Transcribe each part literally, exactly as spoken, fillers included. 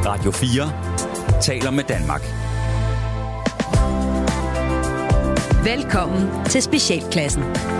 Radio fire taler med Danmark. Velkommen til Specialklassen.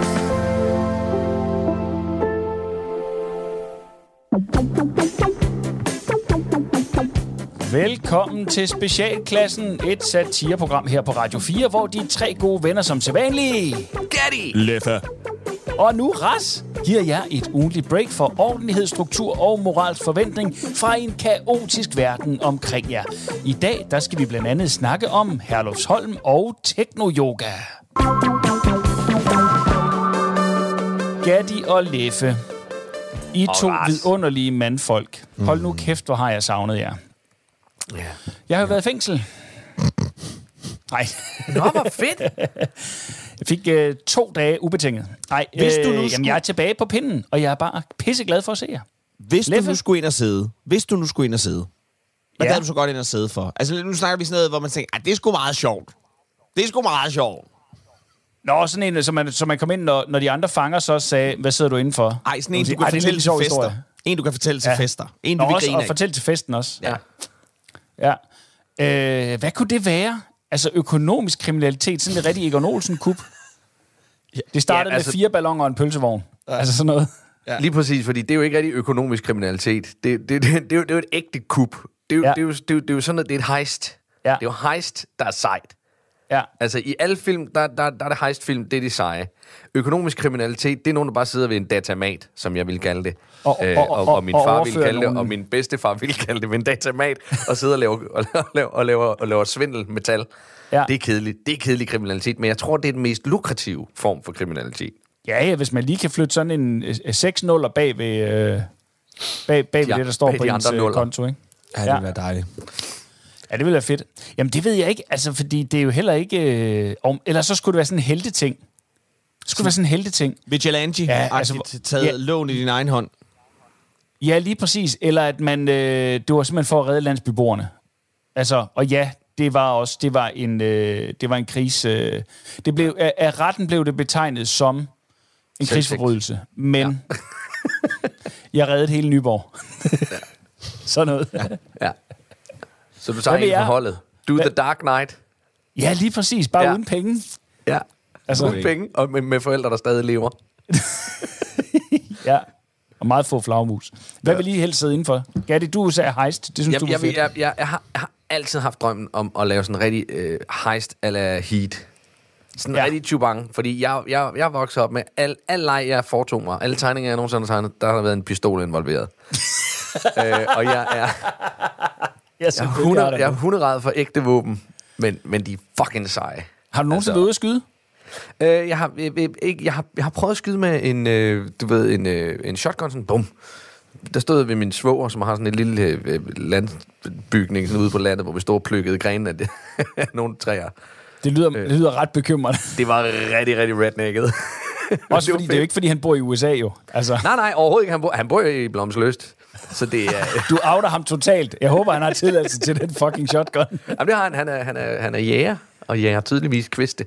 Velkommen til Specialklassen, et satireprogram her på Radio fire, hvor de tre gode venner som sædvanlige, Gatti, Leffe og nu Ras, giver jer et ugentligt break for ordentlighed, struktur og moralsk forventning fra en kaotisk verden omkring jer. I dag der skal vi blandt andet snakke om Herlufsholm og tekno-yoga. Gatti og Leffe, I to vidunderlige mandfolk. Hold nu kæft, hvor har jeg savnet jer. Ja. Jeg har jo været i fængsel. Nej. Nå, hvor fedt. Jeg fik øh, to dage ubetinget. Nej, Hvis du nu øh, skulle... jamen, jeg er tilbage på pinden, og jeg er bare pisseglad for at se jer. Hvis Leffe? du nu skulle ind og sidde, hvis du nu skulle ind og sidde, hvad Ja. gad du så godt ind og sidde for? Altså, nu snakker vi sådan noget, hvor man tænker, det er sgu meget sjovt. Det er sgu meget sjovt. Nå, sådan en, så man, så man kom ind, når, når de andre fanger så sagde, hvad sidder du indenfor? Ej, sådan en, Sige, du kan "Ej, det er fortælle lidt til sjov fester. historie." En, du kan fortælle til Ja. fester. En, du Nå, vil også, grine og af. fortæl til festen også. Ja. Ja. Øh, hvad kunne det være? Altså økonomisk kriminalitet, sådan et rigtig Egon Olsen-kup. Det startede Ja, altså- med fire balloner og en pølsevogn. Ja. Altså sådan noget. Ja. Lige præcis, fordi det er jo ikke rigtig økonomisk kriminalitet. Det, det, det, det, er, jo, det er jo et ægte kup. Det er jo, Ja. det er jo, det er jo, det er jo sådan noget, det er et heist. Ja. Det er jo heist, der er sejt. Ja. Altså i alle film, der, der, der er det heistfilm, det er de seje. Økonomisk kriminalitet, det er nogen, der bare sidder ved en datamat, som jeg vil kalde det. Og- og- Øh, og, og- og min og far overfører ville kalde det, nogle- og min bedstefar ville kalde det ved en datamat, og sidder og laver, og laver, og laver, og laver svindel med tal. Ja. Det er kedeligt. Det er kedelig kriminalitet, men jeg tror, det er den mest lukrative form for kriminalitet. Ja, ja, hvis man lige kan flytte sådan en øh, seks nuller bag ved, øh, bag, bag ved Ja, det, der står bag på de ens andre øh, nuller. konto, ikke? Ja, det Ja. ville være dejligt. Ja, det ville være fedt. Jamen, det ved jeg ikke, altså, fordi det er jo heller ikke... Øh, om, eller så skulle det være sådan en helteting. Det skulle være sådan en helteting. Vigilante, Ja, ja, altså, altså, taget ja. ja. lån i din egen hånd. Ja, lige præcis. Eller at man... Øh, det var simpelthen for at redde landsbyboerne. Altså, og ja, det var også... Det var en, øh, det var en krise... Øh, det blev, af, af retten blev det betegnet som en Selvtægt. krigsforbrydelse. Men jeg reddede hele Nyborg. Sådan noget. Ja. Ja. Så du tager Hvad vil en på jeg? holdet. Do the Dark Knight. Ja, lige præcis. Bare ja. Ja. uden penge. Ja. Altså- Altså, uden penge, og med, med forældre, der stadig lever. Ja. Og meget få flagmus. Hvad ja. vil I helst sidde indenfor? Gatti, du sagde heist. Det synes Jeg, du var jeg, fedt. jeg, jeg, jeg, har, jeg har altid haft drømmen om at lave sådan en rigtig øh, heist a la Heat. Sådan en Ja. rigtig chubang. Fordi jeg, jeg, jeg voksede op med al, al leg, jeg foretog mig. Alle tegninger, jeg nogensinde har tegnet, der har været en pistol involveret. øh, og jeg er, Ja, jeg er, selvfølgelig hundrede, er der jeg er det. hunderad for ægte våben. Men, men de er fucking seje. Har du nogensinde altså- været ude at skyde? Øh, jeg, har, jeg, jeg, ikke, jeg, har, jeg har prøvet at skyde med en, øh, du ved, en, øh, en shotgun, sådan bum. Der stod jeg ved min svoger, som har sådan en lille øh, landbygning sådan ude på landet, hvor vi stod og plukkede grenen af det. Nogle træer. Det lyder, øh. det lyder ret bekymrende. Det var rigtig, rigtig rednecket. Også det var fordi det er jo ikke, fordi han bor i U S A jo. Altså, Nej, nej, overhovedet ikke. Han bor, han bor i Blomsløst. Så det er... du outer ham totalt. Jeg håber, han har tilladelse til den fucking shotgun. Jamen, det har han. Han er, han er, han er jæger, og jæger tydeligvis kviste.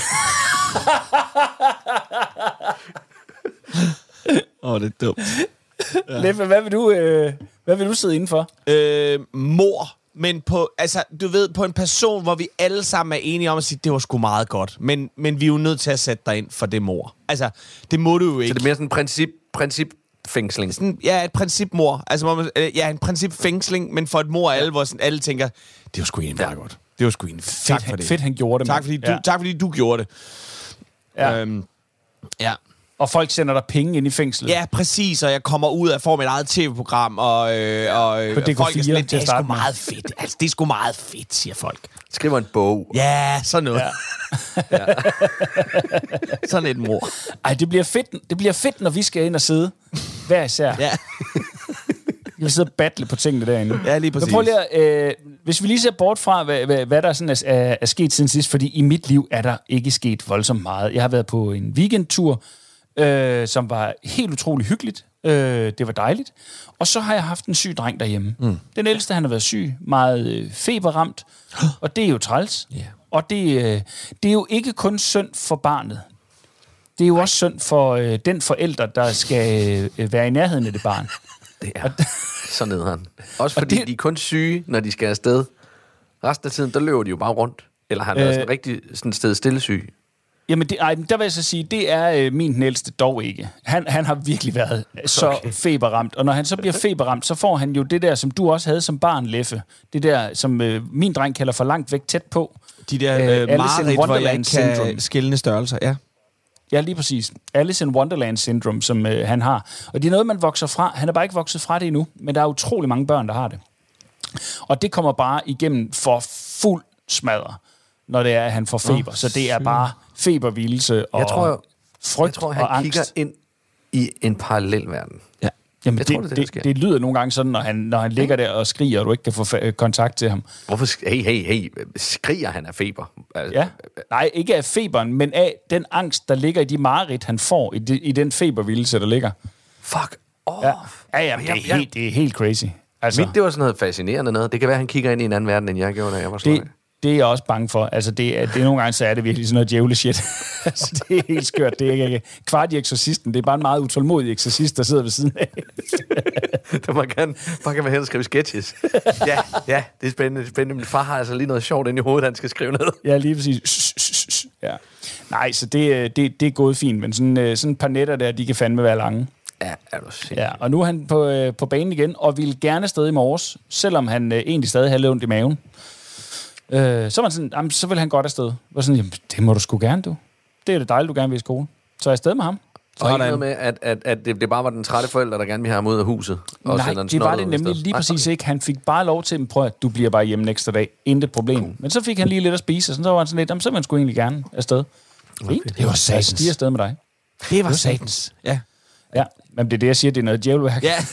Åh, oh, det er dumt. Ja. Leffe, hvad vil du, øh, hvad vil du sidde indenfor? Øh, mor. Men på, altså, du ved, på en person, hvor vi alle sammen er enige om at sige, det var sgu meget godt. Men, men vi er jo nødt til at sætte dig ind for det mor. Altså, det må du jo ikke. Så det er mere sådan en princip, principfængsling. Sådan, ja, et principmor. Altså, hvor man, øh, ja, en principfængsling, men for et mor, alle, hvor sådan, alle tænker, det var sgu egentlig meget godt. Det var sgu egentlig tak Fedt, for det. fedt, han gjorde det. Tak mand. fordi, du, Ja. tak fordi du gjorde det. Ja. Øhm, ja. Og folk sender dig penge ind i fængslet. Ja, præcis, og jeg kommer ud og får mit eget tv-program, og, øh, og, øh, På D K og folk er fire sådan lidt, til at det er starte sgu med. meget fedt. Altså, det er sgu meget fedt, siger folk. Skriver en bog. Ja, sådan noget. Ja. Ja. Sådan et mor. Ej, det bliver fedt, det bliver fedt, når vi skal ind og sidde. Hver især. Ja. Vi vil sidde og battle på tingene derinde. Ja, lige Men præcis. prøv lige at, øh, hvis vi lige ser bort fra, hvad, hvad, hvad der sådan er, er, er sket siden sidst, fordi i mit liv er der ikke sket voldsomt meget. Jeg har været på en weekendtur, øh, som var helt utrolig hyggeligt. Øh, det var dejligt. Og så har jeg haft en syg dreng derhjemme. Mm. Den ældste, han har været syg, meget øh, feberramt, og det er jo træls. Yeah. Og det, øh, det er jo ikke kun synd for barnet. Det er jo også synd for øh, den forælder, der skal øh, være i nærheden af det barn. Det er så nederen. Også fordi det... de er kun syge, når de skal afsted. Resten af tiden, der løber de jo bare rundt. Eller har han øh... været sådan rigtig sådan sted stillesyg? Jamen, det, ej, der vil jeg så sige, det er øh, min den ældste dog ikke. Han, han har virkelig været så okay. feberramt. Og når han så bliver feberramt, så får han jo det der, som du også havde som barn, Leffe. Det der, som øh, min dreng kalder for langt væk tæt på. De der øh, mareridt, hvor jeg ikke kan skille størrelser, ja. Ja, lige præcis. Alice in Wonderland syndrome, som øh, han har. Og det er noget, man vokser fra. Han er bare ikke vokset fra det endnu, men der er utrolig mange børn, der har det. Og det kommer bare igennem for fuld smadre, når det er, at han får feber. Oh, så det er bare febervildelse og jeg tror, frygt jeg tror, han og angst. kigger ind i en parallel verden. Ja. Jamen, jeg det, tror, det, det, det, det lyder nogle gange sådan, når han, når han ligger der og skriger, og du ikke kan få fa- kontakt til ham. Hvorfor? Sk- hey, hey, hey. Skriger han af feber? Altså, ja. Nej, ikke af feberen, men af den angst, der ligger i de mareridt, han får i, de, i den febervildelse, der ligger. Fuck off. Ja, ja, ja det, er jeg, helt, det er helt crazy. Altså, mit, det var sådan noget fascinerende noget. Det kan være, han kigger ind i en anden verden, end jeg gjorde, da jeg var det, det er jeg også bange for. Altså, det er, det er nogle gange, så er det virkelig sådan noget djævle shit. Altså, det er helt skørt. Det er ikke kvart i eksorcisten. Det er bare en meget utålmodig eksorcist, der sidder ved siden af. Der man kan bare kan man hen og skrive sketches. Ja, ja, det er spændende. Det er spændende. Min far har altså lige noget sjovt inde i hovedet, han skal skrive ned. Ja, lige præcis. Ja. Nej, så det, det, det er gået fint, men sådan, sådan et par netter der, de kan fandme være lange. Ja, er du sindssygt. Ja, og nu er han på, på banen igen, og vil gerne afsted i morges, selvom han øh, egentlig stadig har lidt ondt i maven. Øh, så var sådan, jamen, så vil han godt afsted. Var sådan, jamen, det må du sgu gerne, du. Det er det dejligt, du gerne vil i skole. Så er jeg afsted med ham. Så og ikke noget med, at, at, at det, det bare var den trætte forælder, der gerne ville have ham ud af huset. Og nej, det var det nemlig lige præcis ikke. Han fik bare lov til at prøve, at du bliver bare hjemme næste dag. Intet problem. Cool. Men så fik han lige lidt at spise, og så var han sådan lidt, jamen, så vil han sgu egentlig gerne afsted. Fint. Det var satans. De er afsted med dig. Det var satans. Ja. Ja, men det er det, jeg siger, det er noget djævelværk. Ja.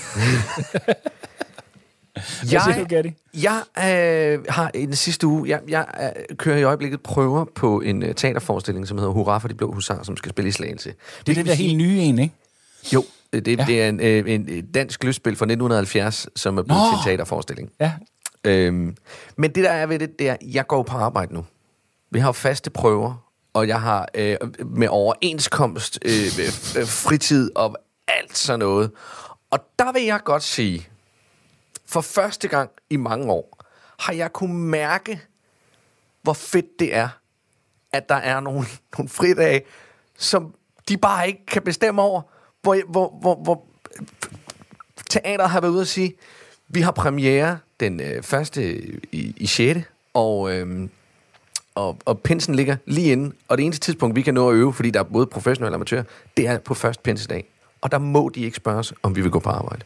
jeg jeg øh, har i den sidste uge, jeg, jeg øh, kører i øjeblikket prøver på en øh, teaterforestilling, som hedder Hurra for de blå husarer, som skal spille i Slagelse. Det, det er det der helt nye en, ikke? Jo, det, ja. det er en, øh, en dansk lystspil fra nitten halvfjerds, som er blevet Nå. til en teaterforestilling. Ja. Øhm, men det der er ved det, det er, jeg går på arbejde nu. Vi har faste prøver, og jeg har øh, med overenskomst, øh, øh, fritid og alt sådan noget. Og der vil jeg godt sige, for første gang i mange år, har jeg kunne mærke, hvor fedt det er, at der er nogle, nogle fridage, som de bare ikke kan bestemme over, hvor, hvor, hvor, hvor teateret har været ude at sige, vi har premiere den øh, første i, i sjette, og, øh, og, og pinsen ligger lige inde, og det eneste tidspunkt, vi kan nå at øve, fordi der er både professionelle og amatører, det er på første pinsedag. Og der må de ikke spørge os, om vi vil gå på arbejde.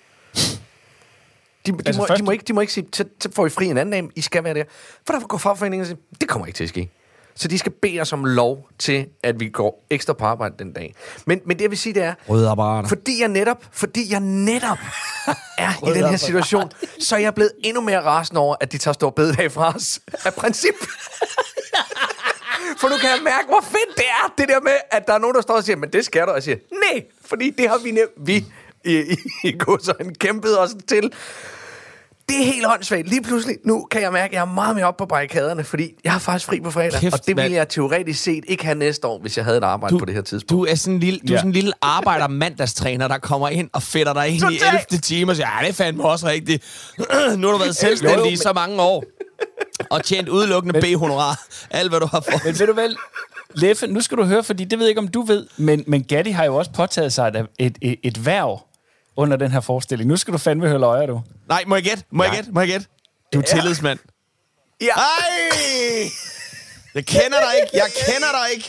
De, de, altså må, første... de, må ikke, de må ikke sige, så, så får I fri en anden dag, I skal være der. For der går fagforeningen og siger, det kommer ikke til at ske. Så de skal bede os om lov til, at vi går ekstra på arbejde den dag. Men, men det jeg vil sige, det er, røde apparater. Fordi jeg netop, fordi jeg netop er i den her situation, så er jeg blevet endnu mere rasende over, at de tager stor bededag fra os af princip. For nu kan jeg mærke, hvor fedt det er, det der med, at der er nogen, der står og siger, men det skal du, og jeg siger, nej, fordi det har vi, ne- vi i, i, i godsen kæmpet os til. Det er helt åndssvagt. Lige pludselig, nu kan jeg mærke, at jeg er meget mere oppe på barrikaderne, fordi jeg har faktisk fri på fredag. Kæft, og det ville jeg teoretisk set ikke have næste år, hvis jeg havde et arbejde du, på det her tidspunkt. Du er sådan en lille, du er sådan en lille arbejder-mandagstræner, der kommer ind og fedter dig ind Total. i ellevte time og siger, ja, det er fandme også rigtigt. Nu har du været selvstændig i så mange år. Og tjent udelukkende B-honorar. Alt, hvad du har fået. Men ved du vel, Leffe, nu skal du høre, fordi det ved jeg ikke, om du ved, men, men Gatti har jo også påtaget sig et, et, et, et værv under den her forestilling. Nu skal du fandme høre løjer, du. Nej, må jeg gætte? Må jeg gætte? Må jeg gætte? Du er ja. tillidsmand. Ja. Ej! Jeg kender dig ikke. Jeg kender dig ikke.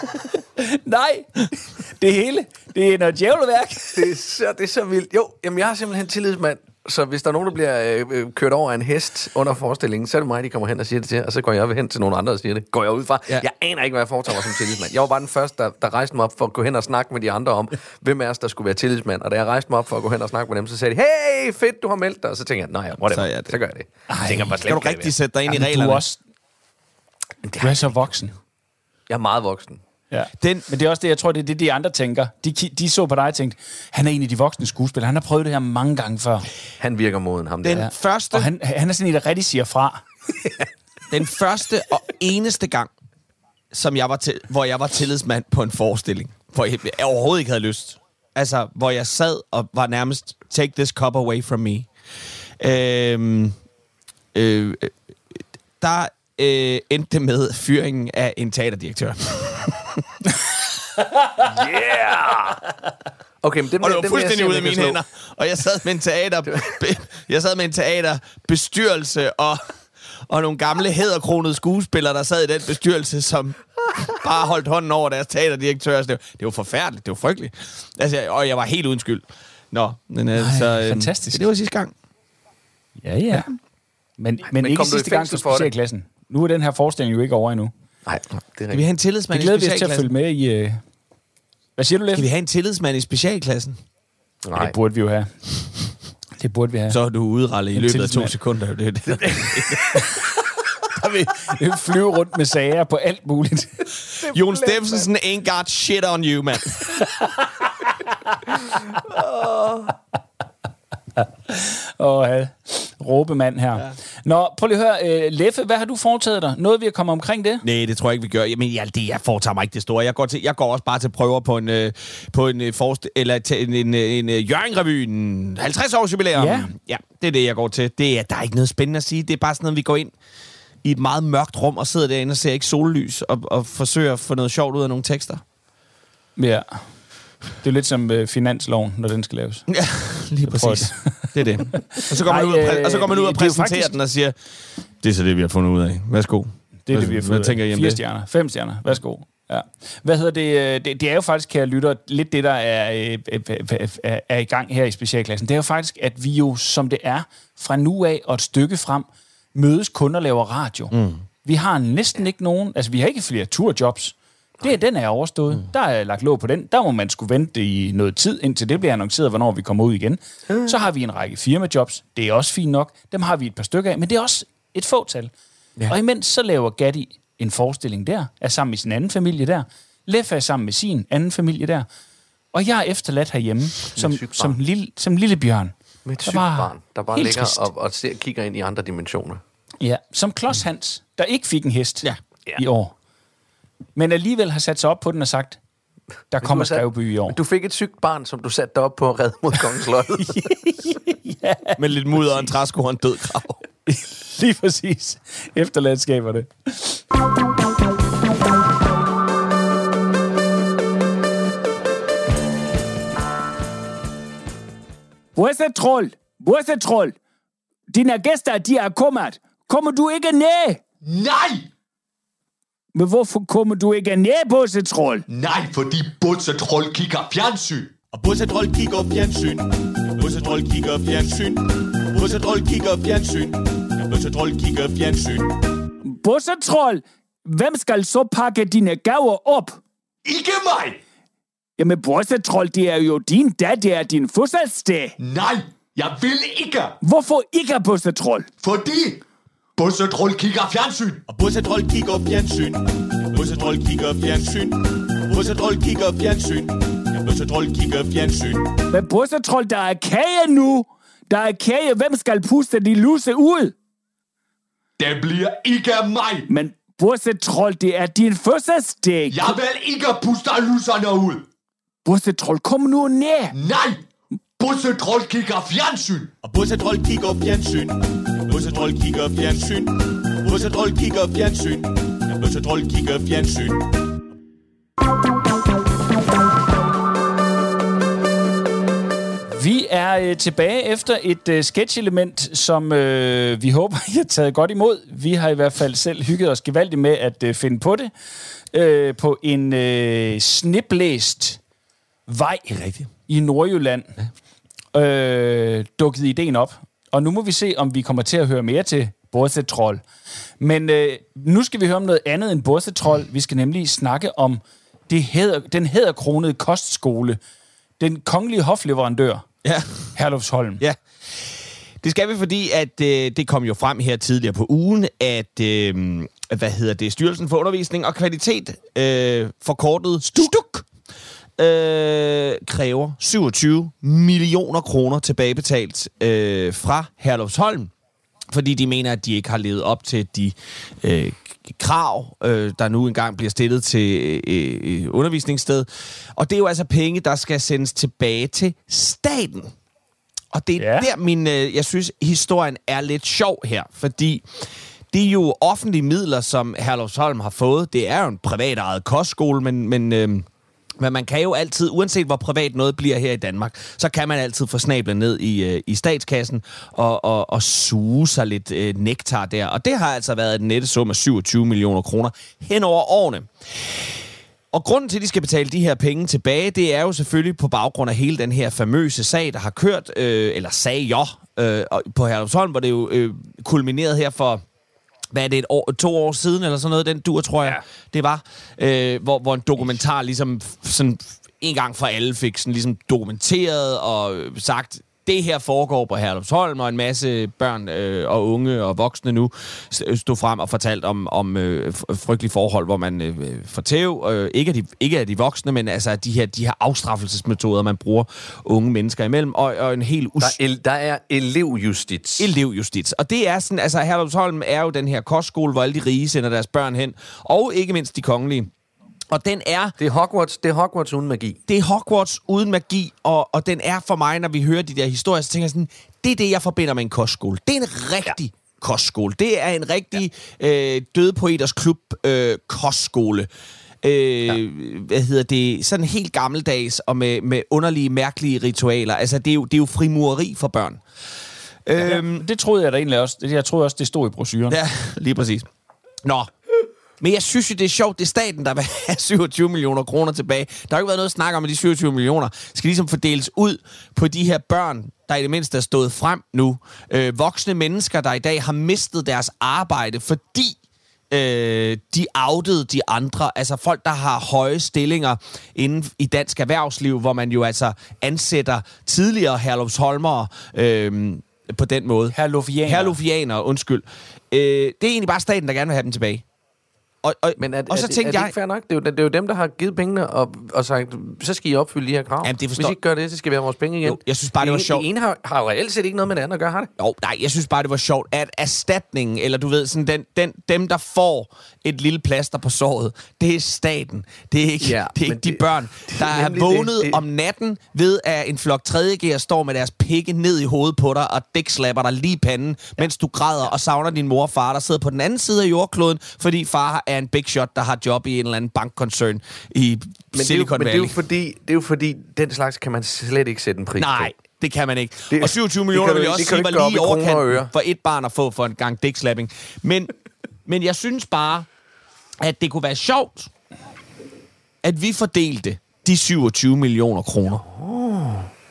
Nej, det hele. Det er noget djævleværk. Det er så, det er så vildt. Jo, jamen jeg er simpelthen tillidsmand. Så hvis der er nogen, der bliver øh, kørt over af en hest under forestillingen, så er det mig, de kommer hen og siger det til, og så går jeg hen til nogle andre og siger det. Går jeg ud fra? Ja. Jeg aner ikke, hvad jeg foretager mig som tillidsmand. Jeg var bare den første, der, der rejste mig op for at gå hen og snakke med de andre om, hvem af os, der skulle være tillidsmand. Og da jeg rejste mig op for at gå hen og snakke med dem, så sagde de, hey, fedt, du har meldt dig. Og så tænker jeg, nej, whatever. Så, det. så gør jeg det. Ej, jeg tænker bare slet, kan du rigtig sætte dig ind i reglerne? Du er, også, du er så voksen. Jeg er meget voksen. Ja. Den, men det er også det, jeg tror, det er det, de andre tænker. De, de så på dig og tænkte, han er en af de voksne skuespillere. Han har prøvet det her mange gange før. Han virker moden, ham den der. Første, og han, han er sådan en, der rigtig siger fra. Den første og eneste gang, som jeg var til, hvor jeg var tillidsmand på en forestilling, hvor jeg, jeg overhovedet ikke havde lyst. Altså, hvor jeg sad og var nærmest, take this cup away from me. Øh, øh, der øh, endte det med fyringen af en teaterdirektør. Yeah! Okay, men den, og det var den fuldstændig ude af mine hænder. Og jeg sad med en teater, jeg sad med en teaterbestyrelse og, og nogle gamle hæderkronede skuespillere, der sad i den bestyrelse, som bare holdt hånden over deres teaterdirektør. Det var, det var forfærdeligt, det var frygteligt. Altså, og jeg var helt uden skyld. Nå, men altså... Ej, fantastisk. Det var sidste gang. Ja, ja. Men, men, men ikke sidste gang til specialklassen. Nu er den her forestilling jo ikke over endnu. Nej, det er rigtigt. Skal vi have en tillidsmand i specialklassen? Det glæder vi os til at følge med i... Uh... Hvad siger du, Leif? Skal vi have en tillidsmand i specialklassen? Nej. Det burde vi jo have. Det burde vi have. Så er du ude, Ralle, i løbet af to sekunder. Det, det. Der vil flyve rundt med sager på alt muligt. Jon Steffensen ain't got shit on you, man. Åh, oh, råbemand her. Ja. Nå, prøv lige at høre. Uh, Leffe, hvad har du foretaget dig? Noget, vi har kommet omkring det? Nej, det tror jeg ikke, vi gør. Men ja, det, jeg foretager mig ikke det store. Jeg går, til, jeg går også bare til prøver på en, uh, på en, uh, forst- eller til en, en, en, en Hjørring-revy, en halvtreds års jubilæum. Ja. Ja, det er det, jeg går til. Det er, der er ikke noget spændende at sige. Det er bare sådan noget, vi går ind i et meget mørkt rum og sidder derinde og ser ikke sollys og, og forsøger at få noget sjovt ud af nogle tekster. Ja. Det er lidt som uh, finansloven, når den skal laves. Ja, lige præcis. Det er det. Og så går man, Ej, ud, og præ- og så går man ud og præsenterer faktisk... den og siger, det er så det, vi har fundet ud af. Værsgo. Det er det, vi har fundet ud af. Fire stjerner. Fem stjerner. Værsgo. Ja. Hvad hedder det? det? Det er jo faktisk, kære lytter, lidt det, der er, er, er i gang her i specialklassen. Det er jo faktisk, at vi jo, som det er, fra nu af og et stykke frem, mødes kun og laver radio. Mm. Vi har næsten ikke nogen... Altså, vi har ikke flere turjobs. Det, den er overstået. Mm. Der er lagt låg på den. Der må man skulle vente i noget tid, indtil det bliver annonceret, hvornår vi kommer ud igen. Mm. Så har vi en række firmajobs. Det er også fint nok. Dem har vi et par stykker af, men det er også et fåtal. Ja. Og imens så laver Gatti en forestilling der, er sammen med sin anden familie der. Leffe er sammen med sin anden familie der. Og jeg er efterladt herhjemme som, som, lille, som lille bjørn. Med et sygt barn, der bare ligger og, og ser, kigger ind i andre dimensioner. Ja, som Klods Hans, der ikke fik en hest ja. i år. Men alligevel har sat sig op på den og sagt, der kommer Skrevby i år. Du fik et sygt barn, som du satte dig op på at redde mod Kongens Slottet. Ja. Med lidt mudder og en træsko og en død krav. Lige præcis. Efterladskaber det. Bursetroll! Bursetroll! Dine gæster, de er kommet. Kommer du ikke ned? Nej! Men hvorfor kommer du ikke ned, Bursetroll? Nej, fordi Bursetroll kigger fjernsyn. Og Bursetroll kigger fjernsyn. Bursetroll kigger fjernsyn. Bursetroll kigger fjernsyn. Bursetroll kigger fjernsyn. Bursetroll, hvem skal så pakke dine gaver op? Ikke mig! Jamen, Bursetroll, det er jo din dag, det er din fødselsdag. Nej, jeg vil ikke. Hvorfor ikke, Bursetroll? Fordi Bursetroll kigger fjernsyn. Og Bursetroll kigger fjernsyn. Bursetroll kigger fjernsyn. Bursetroll kigger fjernsyn. Bursetroll kigger fjernsyn. Men Bursetroll, der er kage nu. Der er kage. Hvem skal puste de lusse ud? Det bliver ikke mig. Men Bursetroll, det er din fødselsdag. Jeg vil ikke puste lusserne ud. Bursetroll, kom nu ned. Nej, Bursetroll kigger fjernsyn. Og Bursetroll kigger fjernsyn. Bursetroll kigger fjernsyn. Bursetroll kigger fjernsyn. Bursetroll kigger fjernsyn. Vi er øh, tilbage efter et øh, sketch-element, som øh, vi håber, I har taget godt imod. Vi har i hvert fald selv hygget os gevaldigt med at øh, finde på det. Øh, på en øh, sneblæst vej i Nordjylland. Ja. Øh, dukkede ideen op. Og nu må vi se, om vi kommer til at høre mere til Bursetroll. Men øh, nu skal vi høre om noget andet end Bursetroll. Vi skal nemlig snakke om det hæder, den hæderkronede kostskole. Den kongelige hofleverandør. Ja. Herlufsholm. Ja. Det skal vi, fordi at øh, det kom jo frem her tidligere på ugen, at øh, hvad hedder det, Styrelsen for Undervisning og Kvalitet, øh, forkortet STUK, øh, kræver syvogtyve millioner kroner tilbagebetalt øh, fra Herlufsholm, fordi de mener, at de ikke har levet op til de øh, krav, øh, der nu engang bliver stillet til øh, undervisningssted. Og det er jo altså penge, der skal sendes tilbage til staten. Og det er Ja. der, min, øh, jeg synes, historien er lidt sjov her, fordi det er jo offentlige midler, som Herlufsholm har fået. Det er jo en privatejet kostskole, men... men øh, Men man kan jo altid, uanset hvor privat noget bliver her i Danmark, så kan man altid få snablen ned i, øh, i statskassen og, og, og suge sig lidt øh, nektar der. Og det har altså været en nette sum af syvogtyve millioner kroner hen over årene. Og grunden til, at de skal betale de her penge tilbage, det er jo selvfølgelig på baggrund af hele den her famøse sag, der har kørt, øh, eller sag jo, øh, på Herlufsholm, hvor det jo øh, kulminerede her for... Hvad er det, et år, to år siden, eller sådan noget, den dur, tror jeg, ja. det var, øh, hvor, hvor en dokumentar ligesom sådan en gang for alle fik sådan ligesom dokumenteret og sagt, det her foregår på Herlufsholm, og en masse børn øh, og unge og voksne nu stod frem og fortalt om, om øh, frygtelige forhold, hvor man øh, får tæv, øh, ikke, af de, ikke af de voksne, men altså de her, de her afstraffelsesmetoder, man bruger unge mennesker imellem, og, og en helt... Us- der, er, el, der er elevjustits. Elevjustits. Og det er sådan, altså Herlufsholm er jo den her kostskole, hvor alle de rige sender deres børn hen, og ikke mindst de kongelige. Og den er... Det er Hogwarts, det er Hogwarts uden magi. Det er Hogwarts uden magi, og, og den er for mig, når vi hører de der historier, så tænker jeg sådan, det er det, jeg forbinder med en kostskole. Det er en rigtig ja. kostskole. Det er en rigtig ja. øh, døde poeters klub øh, kostskole. Øh, ja. Hvad hedder det? Sådan helt gammeldags, og med, med underlige, mærkelige ritualer. Altså, det er jo, det er jo frimureri for børn. Ja, øhm, det troede jeg da egentlig også. Jeg troede også, det stod i brochuren. Ja, lige præcis. Nå. Men jeg synes jo, det er sjovt, det er staten, der vil have syvogtyve millioner kroner tilbage. Der har jo ikke været noget at snakke om, at de syvogtyve millioner skal ligesom fordeles ud på de her børn, der i det mindste er stået frem nu. Øh, voksne mennesker, der i dag har mistet deres arbejde, fordi øh, de outede de andre. Altså folk, der har høje stillinger inden i dansk erhvervsliv, hvor man jo altså ansætter tidligere Herlufsholmere øh, på den måde. Herlufianer. Herlufianer, undskyld. Øh, det er egentlig bare staten, der gerne vil have dem tilbage. Og, og, Men er, og så er, tænkte er det jeg... ikke fair nok? Det er, jo, det er jo dem, der har givet pengene og, og sagt, så skal I opfylde de her krav. Jamen, det forstår... Hvis I ikke gør det, så skal vi have vores penge igen. Jo, jeg synes bare, det, det var sjovt. Det ene har, har jo reelt set ikke noget med det andet at gøre, har det? Jo, nej, jeg synes bare, det var sjovt, at erstatningen, eller du ved, sådan den, den, dem, der får et lille plaster på såret, det er staten. Det er ikke, ja, det er ikke de det, børn, der er vågnet det, det. om natten ved, at en flok tredje G'er står med deres pikke ned i hovedet på dig og dækslapper dig lige i panden, ja. mens du græder og savner din mor og far, der sidder på den anden side af jordkloden, fordi far er en big shot, der har job i en eller anden bankkoncern i men Silicon Valley. Men det er, jo fordi, det er jo fordi, den slags kan man slet ikke sætte en pris Nej, på. det kan man ikke. Det, og syvogtyve millioner vil jeg også sige, var lige i overkanten for et barn at få for en gang dækslapping. Men, men jeg synes bare, at det kunne være sjovt, at vi fordelte de syvogtyve millioner kroner. Oh.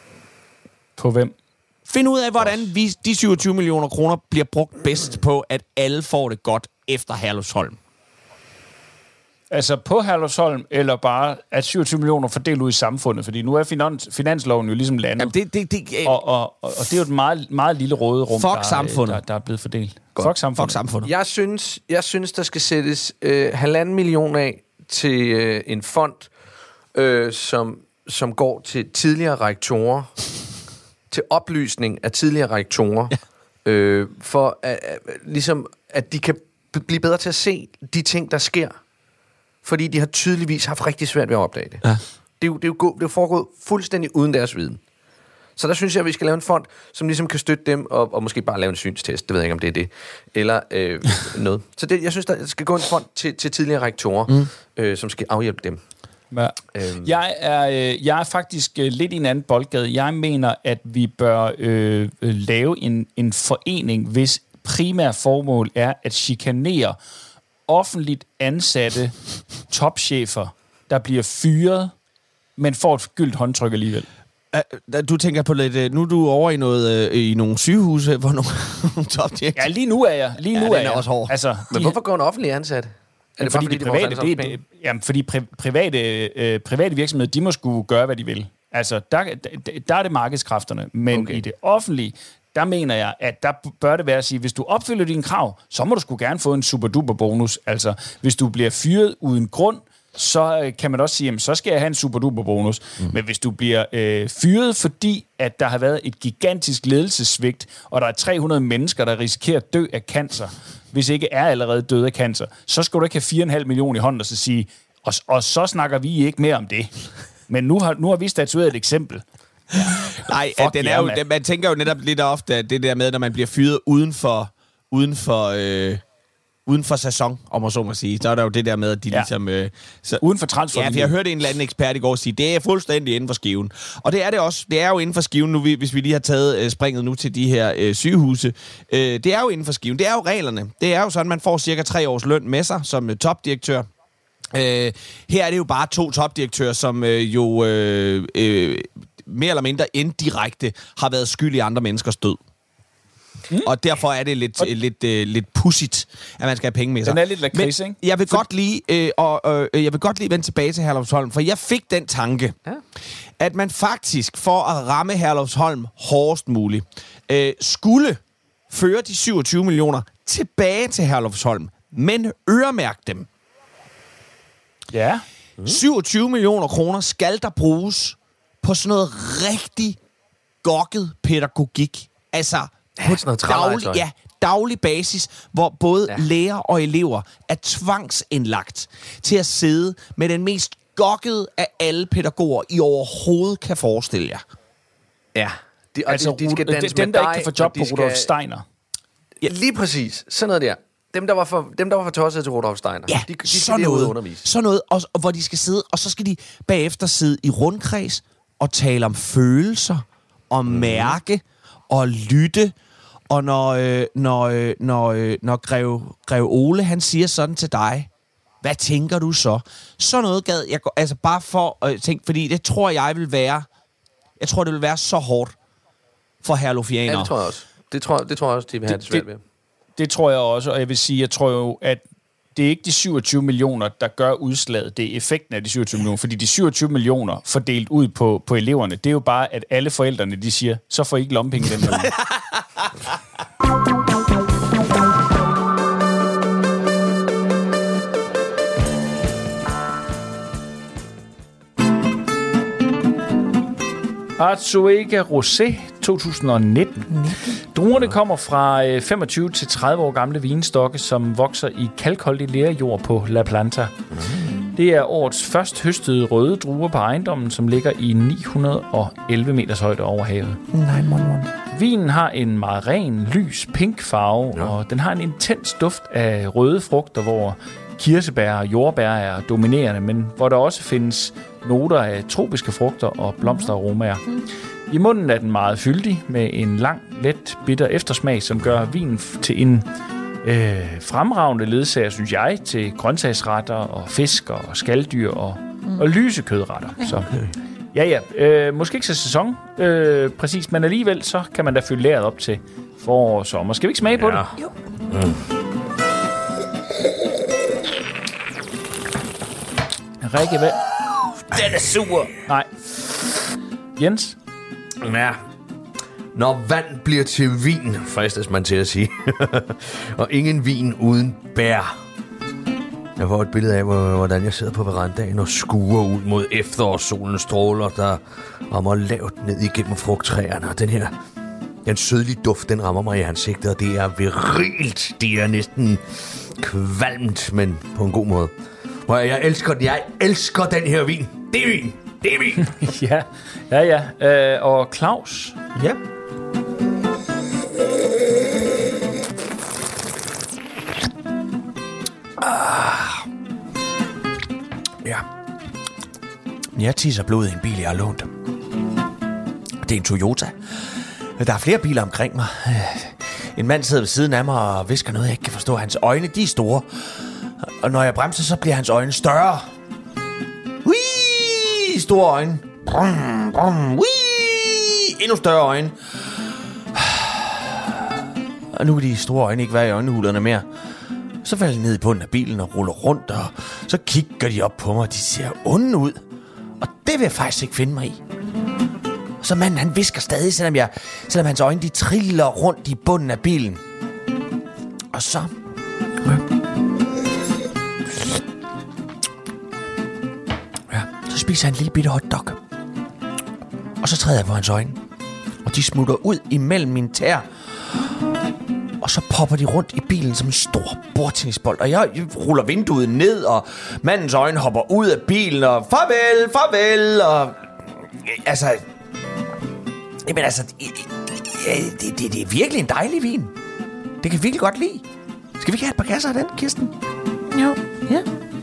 På hvem? Find ud af, hvordan vi, de syvogtyve millioner kroner bliver brugt bedst på, at alle får det godt efter Herlufsholm. Altså på Herlufsholm, eller bare at syvogtyve millioner fordelt ud i samfundet? Fordi nu er finans, finansloven jo ligesom landet. Jamen det, det, det, øh, og, og, og, og det er jo et meget, meget lille råderum, fuck der, samfundet. Der, der er blevet fordelt. Godt. Fuck samfundet. Fuck samfundet. Jeg synes, jeg synes der skal sættes øh, halvanden million af til øh, en fond, øh, som, som går til tidligere rektorer, til oplysning af tidligere rektorer, ja. øh, for at, at, ligesom, at de kan blive bedre til at se de ting, der sker. Fordi de har tydeligvis haft rigtig svært ved at opdage det. Ja. Det er jo, det er jo, det er jo foregået fuldstændig uden deres viden. Så der synes jeg, at vi skal lave en fond, som ligesom kan støtte dem, og, og måske bare lave en synstest. Det ved jeg ikke, om det er det. Eller øh, noget. Så det, jeg synes, der skal gå en fond til, til tidligere rektorer, mm. øh, som skal afhjælpe dem. Ja. Øhm. Jeg, er, øh, jeg er faktisk øh, lidt i en anden boldgade. Jeg mener, at vi bør øh, lave en, en forening, hvis primære formål er at chikanere offentligt ansatte topchefer, der bliver fyret, men får et gyldt håndtryk alligevel. Du tænker på lidt... Nu er du over i, noget, i nogle sygehuse, hvor nogle topchefer... Ja, lige nu er jeg. Lige nu ja, er jeg. også hård. Altså, men hvorfor går en offentlig ansat? Er det fordi, fordi, de private, det, det, jamen, fordi pri- private, øh, private virksomheder, de må skulle gøre, hvad de vil. Altså, der, der, der er det markedskræfterne. Men okay. i det offentlige, der mener jeg, at der bør det være at sige, hvis du opfylder dine krav, så må du sgu gerne få en super-duper bonus. Altså, hvis du bliver fyret uden grund, så kan man også sige, jamen, så skal jeg have en super-duper bonus. Mm. Men hvis du bliver øh, fyret, fordi at der har været et gigantisk ledelsessvigt, og der er tre hundrede mennesker, der risikerer at dø af cancer, hvis ikke er allerede døde af cancer, så skal du ikke have fire komma fem millioner i hånden og så sige, og, og så snakker vi ikke mere om det. Men nu har, nu har vi statueret et eksempel. Nej, at den er jo, den, man tænker jo netop lidt ofte, at det der med, når man bliver fyret uden for, uden for, øh, uden for sæson, om man så må sige, så er der jo det der med, at de ja. ligesom... Øh, så, uden for transfer. Ja, for jeg hørte en eller anden ekspert i går sige, det er fuldstændig inden for skiven. Og det er det også. Det er jo inden for skiven, nu, hvis vi lige har taget øh, springet nu til de her øh, sygehuse. Øh, det er jo inden for skiven. Det er jo reglerne. Det er jo sådan, man får cirka tre års løn med sig som øh, topdirektør. Øh, her er det jo bare to topdirektører, som øh, jo øh, øh, mere eller mindre indirekte har været skyld i andre menneskers død. Mm. Og derfor er det lidt, øh, lidt, øh, lidt pudsigt, at man skal have penge med sig. Den er lidt lakrids, ikke? Jeg vil, For... godt lige, øh, og, øh, jeg vil godt lige vende tilbage til Herlufsholm, for jeg fik den tanke, ja. at man faktisk, for at ramme Herlufsholm hårdest muligt, øh, skulle føre de syvogtyve millioner tilbage til Herlufsholm, men øremærke dem. Ja. Mm. syvogtyve millioner kroner skal der bruges på sådan noget rigtig gokket pædagogik. Altså ja, på noget daglig, ja, daglig basis, hvor både ja. lærer og elever er tvangsindlagt til at sidde med den mest gokkede af alle pædagoger, I overhovedet kan forestille jer. Ja. De, og altså, de, de skal danse dem, med der dig, ikke kan få job på skal... Rudolf Steiner. Ja, lige præcis. Sådan noget der. Dem, der var for, dem, der var for tosset til Rudolf Steiner. Ja, de, de sådan noget. Undervise. Sådan noget, og, og hvor de skal sidde, og så skal de bagefter sidde i rundkreds og tale om følelser, og mm. mærke, og lytte. Og når, øh, når, øh, når, øh, når Grev, Grev Ole, han siger sådan til dig, hvad tænker du så? Sådan noget gad jeg, altså bare for at tænke, fordi det tror jeg vil være, jeg tror det vil være så hårdt for herlufianer. Ja, det tror jeg også. Det tror, det tror jeg også, de vil have det, det svært ved. Det tror jeg også, og jeg vil sige, jeg tror jo, at det er ikke de syvogtyve millioner, der gør udslaget. Det er effekten af de syvogtyve millioner, fordi de syvogtyve millioner fordelt ud på, på eleverne, det er jo bare, at alle forældrene, de siger, så får I ikke lommepenge den her uge. Azuega Rosé to tusind nitten. Druerne kommer fra femogtyve til tredive år gamle vinstokke, som vokser i kalkholdig lerjord på La Planta. Det er årets først høstede røde druer på ejendommen, som ligger i ni hundrede og elleve meters højde over havet. Nej, mon, mon. Vinen har en meget ren, lys, pink farve, ja. og den har en intens duft af røde frugter, hvor kirsebær og jordbær er dominerende, men hvor der også findes noter af tropiske frugter og blomsteraromaer. I munden er den meget fyldig, med en lang, let, bitter eftersmag, som gør vinen til en øh, fremragende ledsager, synes jeg, til grøntsagsretter og fisk og skalddyr og, mm. og lysekødretter. Så ja, ja. Øh, måske ikke så sæson øh, præcis, men alligevel så kan man da fylde læret op til forår og sommer. Skal vi ikke smage på ja. det? Jo. Mm. Rikke, hvad? Den er sur. Nej. Jens? Ja. Når vand bliver til vin, fristes man til at sige. Og ingen vin uden bær. Jeg får et billede af, hvordan jeg sidder på verandaen og skuer ud mod efterårssolens stråler, der rammer lavt ned igennem frugttræerne. Og den her, den sødlige duft, den rammer mig i ansigtet, og det er virilt. Det er næsten kvalmt, men på en god måde. Og jeg elsker den. Jeg elsker den her vin. Det er vin. Det er vin. ja, ja, ja. Øh, og Claus? Ja. Ah. Ja. Jeg tisser blod i en bil, jeg har lånt. Det er en Toyota. Der er flere biler omkring mig. En mand sidder ved siden af mig og visker noget, jeg ikke kan forstå. Hans øjne, de er store. Og når jeg bremser, så bliver hans øjne større. Whee! Store øjne. Brum, brum, whee! Endnu større øjne. Og nu kan de store øjne ikke være i øjnehulerne mere. Så falder de ned i bunden af bilen og ruller rundt, og så kigger de op på mig, og de ser onde ud. Og det vil jeg faktisk ikke finde mig i. Og så manden, han visker stadig, selvom, jeg, selvom hans øjne, de triller rundt i bunden af bilen. Og så... Ja, så spiser han en lille bitte hotdog. Og så træder jeg på hans øjne. Og de smutter ud imellem mine tæer. Og så popper de rundt i bilen som en stor bordtennisbold. Og jeg ruller vinduet ned, og mandens øjne hopper ud af bilen, og farvel, farvel, og... Altså... Jamen altså, det, det, det, det er virkelig en dejlig vin. Det kan jeg virkelig godt lide. Skal vi ikke have et par kasser af den, Kirsten? Jo, ja.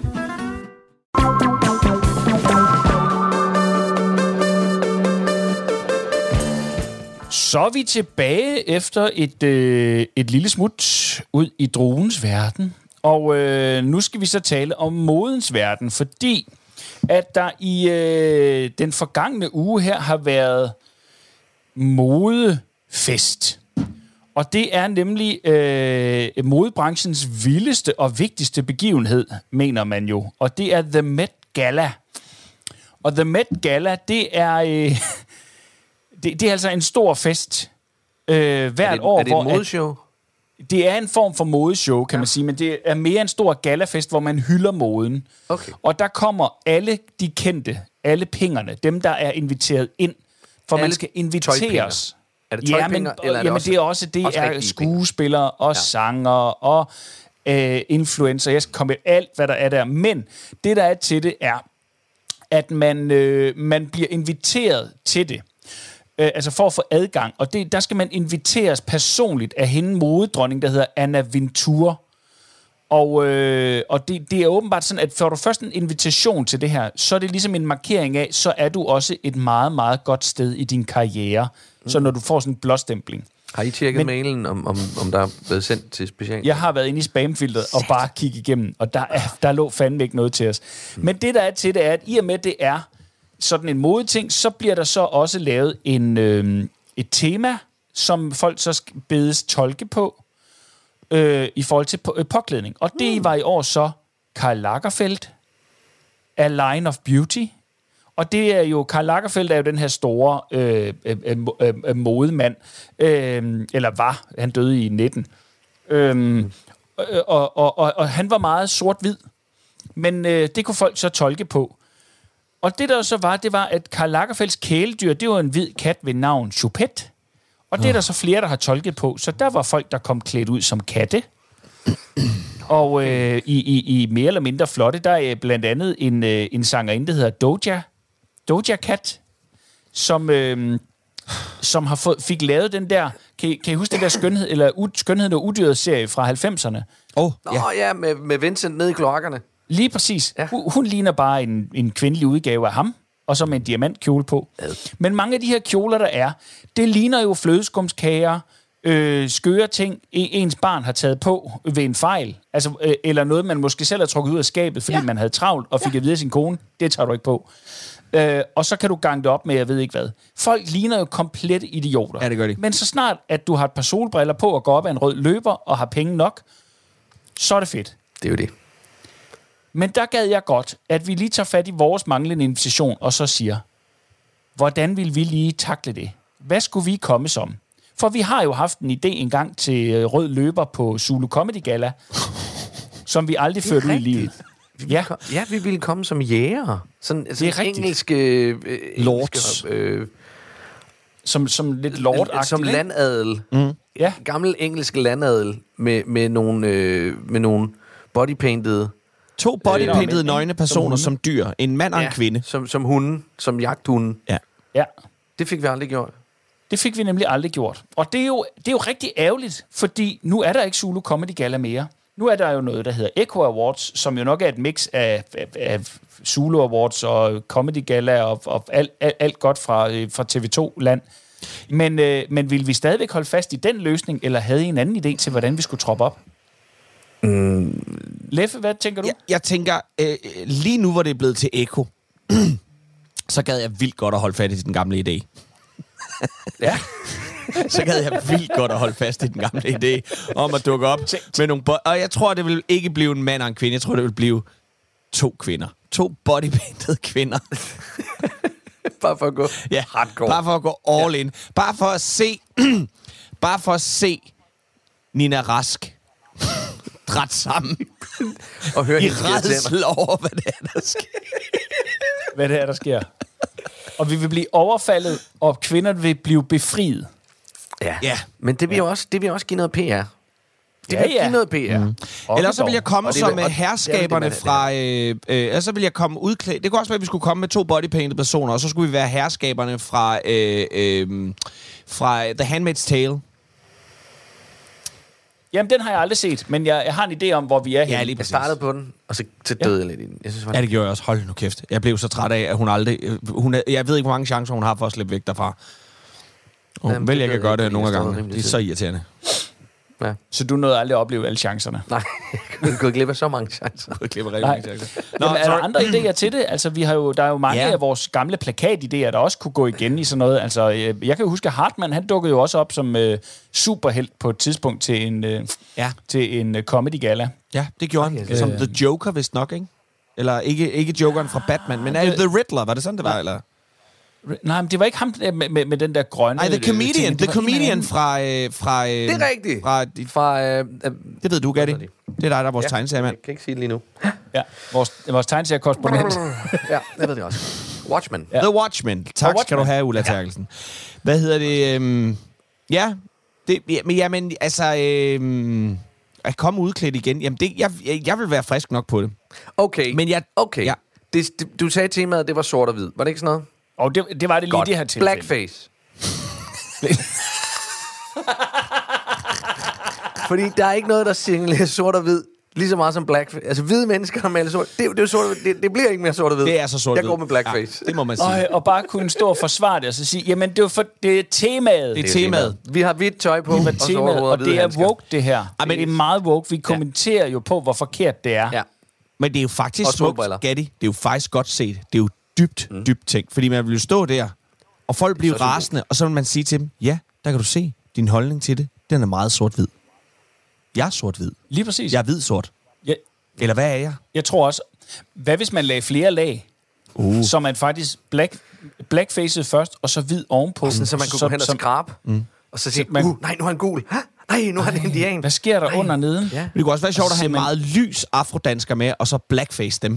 Så er vi tilbage efter et, øh, et lille smut ud i druens verden. Og øh, nu skal vi så tale om modens verden, fordi at der i øh, den forgangne uge her har været modefest. Og det er nemlig øh, modebranchens vildeste og vigtigste begivenhed, mener man jo. Og det er The Met Gala. Og The Met Gala, det er... Øh, Det, det er altså en stor fest øh, hvert er det, år. Er det et modeshow? Det er en form for modeshow, kan ja. man sige, men det er mere en stor galafest, hvor man hylder moden. Okay. Og der kommer alle de kendte, alle pingerne, dem der er inviteret ind, for alle man skal inviteres. Er det tøjpinger, jamen, eller er det jamen, også, det er også det også er skuespillere og ja. sanger og øh, influencer. Jeg skal komme med alt, hvad der er der. Men det, der er til det, er, at man, øh, man bliver inviteret til det. Øh, altså for at få adgang. Og det, der skal man inviteres personligt af hende modedronning, der hedder Anna Wintour. Og, øh, og det, det er åbenbart sådan, at får du først en invitation til det her, så er det ligesom en markering af, så er du også et meget, meget godt sted i din karriere. Mm. Så når du får sådan en blåstempling. Har I tjekket Men, mailen, om, om, om der er blevet sendt til special? Jeg har været inde i spamfilteret og bare kigget igennem, og der, er, der lå fandme ikke noget til os. Mm. Men det, der er til det, er, at i og med, det er sådan en modeting, så bliver der så også lavet en, øh, et tema, som folk så skal bedes tolke på, øh, i forhold til på, øh, påklædning. Og det mm. var i år så Karl Lagerfeld, A Line of Beauty. Og det er jo, Karl Lagerfeld er jo den her store øh, øh, øh, øh, modemand, øh, eller var, han døde i nitten. Øh, og, og, og, og han var meget sort-hvid, men øh, det kunne folk så tolke på. Og det der så var, det var, at Karl Lagerfelds kæledyr, det var en hvid kat ved navn Choupette. Og det er der så flere, der har tolket på. Så der var folk, der kom klædt ud som katte. Og øh, i, i, i mere eller mindre flotte, der er blandt andet en, øh, en sangerinde, der hedder Doja. Doja Cat, som, øh, som har fået, fik lavet den der... Kan I, kan I huske den der skønhed, eller u, Skønheden og Udyret serie fra halvfemserne? Åh, oh, ja. Nå ja, med, med Vincent nede i kloakkerne. Lige præcis. Ja. Hun, hun ligner bare en, en kvindelig udgave af ham, og så med en diamantkjole på. Ja. Men mange af de her kjoler, der er, det ligner jo flødeskumskager, øh, skøre ting, ens barn har taget på ved en fejl. Altså, øh, eller noget, man måske selv har trukket ud af skabet, fordi ja. man havde travlt, og fik ja. at vide af sin kone, det tager du ikke på. Øh, og så kan du gange det op med, jeg ved ikke hvad. Folk ligner jo komplet idioter. Ja, det gør de. Men så snart, at du har et par solbriller på, og går op af en rød løber, og har penge nok, så er det fedt. Det er jo det. Men der gad jeg godt, at vi lige tager fat i vores manglende invitation, og så siger, hvordan vil vi lige takle det? Hvad skulle vi komme som? For vi har jo haft en idé engang til rød løber på Zulu Comedy Gala, som vi aldrig førte ud i livet. Ja. ja, vi ville komme som jæger. Sådan, sådan det er engelske... Øh, lords. Øh, som, som lidt lord-agtigt. Som landadel. Mm. Ja. Gammel engelsk landadel med, med nogle, øh, med nogle bodypaintede... To bodypaintede øh, nøgne personer som, som dyr. En mand og ja, en kvinde. Som, som hunden. Som jagthunden. Ja. ja. Det fik vi aldrig gjort. Det fik vi nemlig aldrig gjort. Og det er jo, det er jo rigtig ærgerligt, fordi nu er der ikke Zulu Comedy Gala mere. Nu er der jo noget, der hedder Echo Awards, som jo nok er et mix af, af, af Zulu Awards og Comedy Gala og, og alt, alt, alt godt fra, fra T V to-land. Men, øh, men vil vi stadigvæk holde fast i den løsning, eller havde I en anden idé til, hvordan vi skulle troppe op? Mm. Leffe, hvad tænker du? Jeg, jeg tænker, øh, lige nu hvor det er blevet til Echo, så gad jeg vildt godt at holde fast i den gamle idé. Ja. Så gad jeg vildt godt at holde fast i den gamle idé om at dukke op med nogle... Bo- og jeg tror, det vil ikke blive en mand og en kvinde. Jeg tror, det vil blive to kvinder. To bodypaintede kvinder. Bare for at gå ja, hardcore. Bare for at gå all ja. in. Bare for at se... bare for at se Nina Rask dræt sammen. Og høre i rædsel over, hvad det er, der sker. Hvad det er, der sker. Og vi vil blive overfaldet, og kvinder vil blive befriet. Ja, ja. Men det vil, ja. også, det vil også give noget P R. Det Ja, vil ja. give noget P R. Mm. Ellers så vil jeg komme Og det som vil- og- herskaberne ja, det vil- fra... Øh, øh, ellers så vil jeg komme udklædt... Det kunne også være, at vi skulle komme med to bodypainted personer, og så skulle vi være herskaberne fra... Øh, øh, fra The Handmaid's Tale. Jamen, den har jeg aldrig set, men jeg, jeg har en idé om, hvor vi er henne. Ja, lige Jeg startede på den, og så, så døde jeg lidt i den. Jeg synes, Ja, det gjorde jeg også. Hold nu kæft. Jeg blev så træt af, at hun aldrig... øh, Hun er, jeg ved ikke, hvor mange chancer hun har for at slippe væk derfra. Hun Jamen, vælger det ikke at ved jeg gøre det ikke, nogle fordi jeg gange. står rimelig Det er så irriterende. Ja. Så du nåede aldrig at opleve alle chancerne. Nej, jeg kunne glip af så mange chancer. Jeg klipper Nej. rigtig mange chancer. Nå, Jamen, er der sorry. andre idéer til det? Altså, vi har jo, der er jo mange Ja. af vores gamle plakatidéer, der også kunne gå igen i sådan noget. Altså, øh, jeg kan jo huske, at Hartmann, han dukkede jo også op som øh, superhelt på et tidspunkt til en, øh, Ja. til en øh, comedy-gala. Ja, det gjorde han. Som The Joker, vist nok, ikke? Eller ikke, ikke Jokeren fra Batman, men er det The Riddler? Var det sådan, det var? Eller? Nej, men det var ikke ham øh, med, med, med den der grønne... Nej, The øh, Comedian. ting. Det The var en Comedian anden. fra... Øh, fra øh, Det er rigtigt. Fra, de, Fra... Øh, øh, det ved du, Gatti. Hvad er Det er dig, der er vores ja. tegneseriemand. Jeg kan ikke sige det lige nu. Ja, vores, vores tegneseriekorrespondent. Ja, jeg ved det også. Watchmen. Ja. The Watchmen. Tak Watchmen. skal du have, Ulla Terkelsen. Hvad hedder det? Øhm, ja, det, ja, men jamen, altså... Øhm, at komme udklædt igen, jamen det, jeg, jeg, jeg vil være frisk nok på det. Okay. Men jeg... Okay. Ja. Det, det, du sagde temaet, det var sort og hvid. Var det ikke sådan noget? Og det, det var det lige Godt. det her tilfælde. Blackface. Fordi der er ikke noget, der signalerer sort og hvid lige så meget som blackface. Altså hvide mennesker, der maler sort. Det, det, er jo sort og hvid. det, det bliver ikke mere sort og hvid. Det er så sort Jeg går med blackface. Ja, det må man sige. Og, og bare kunne stå og forsvare det, og så sige, jamen det er for det er temaet. Det er temaet. Vi har hvidt tøj på, Det var og så temaet, over og hvide det er handsker. woke, det her. men- Det er meget woke. Vi kommenterer jo på, hvor forkert det er. Ja. Men det er jo faktisk Og smukt, solbriller. Gatti. Det er jo faktisk godt set. Det er jo dybt, mm. dybt tænkt. Fordi man vil jo stå der, og folk bliver Så er det rasende, og så vil man sige til dem, ja, der kan du se, din holdning til det, den er meget sort-hvid. Jeg er sort-hvid. Lige præcis. Jeg er hvid-sort. Jeg, Eller hvad er jeg? jeg tror også, hvad hvis man lagde flere lag, uh. så man faktisk black, blackfaced først, og så hvid ovenpå. Sådan, så man kunne gå hen og skrabe. Mm. Og så sige, man- uh, nej, nu er han gul. Hæ? Nej, nu er han indian. Hvad sker der under neden? Ja. Men det kunne også være sjovt at have en Simpelthen- meget lys afrodansker med, og så blackface dem.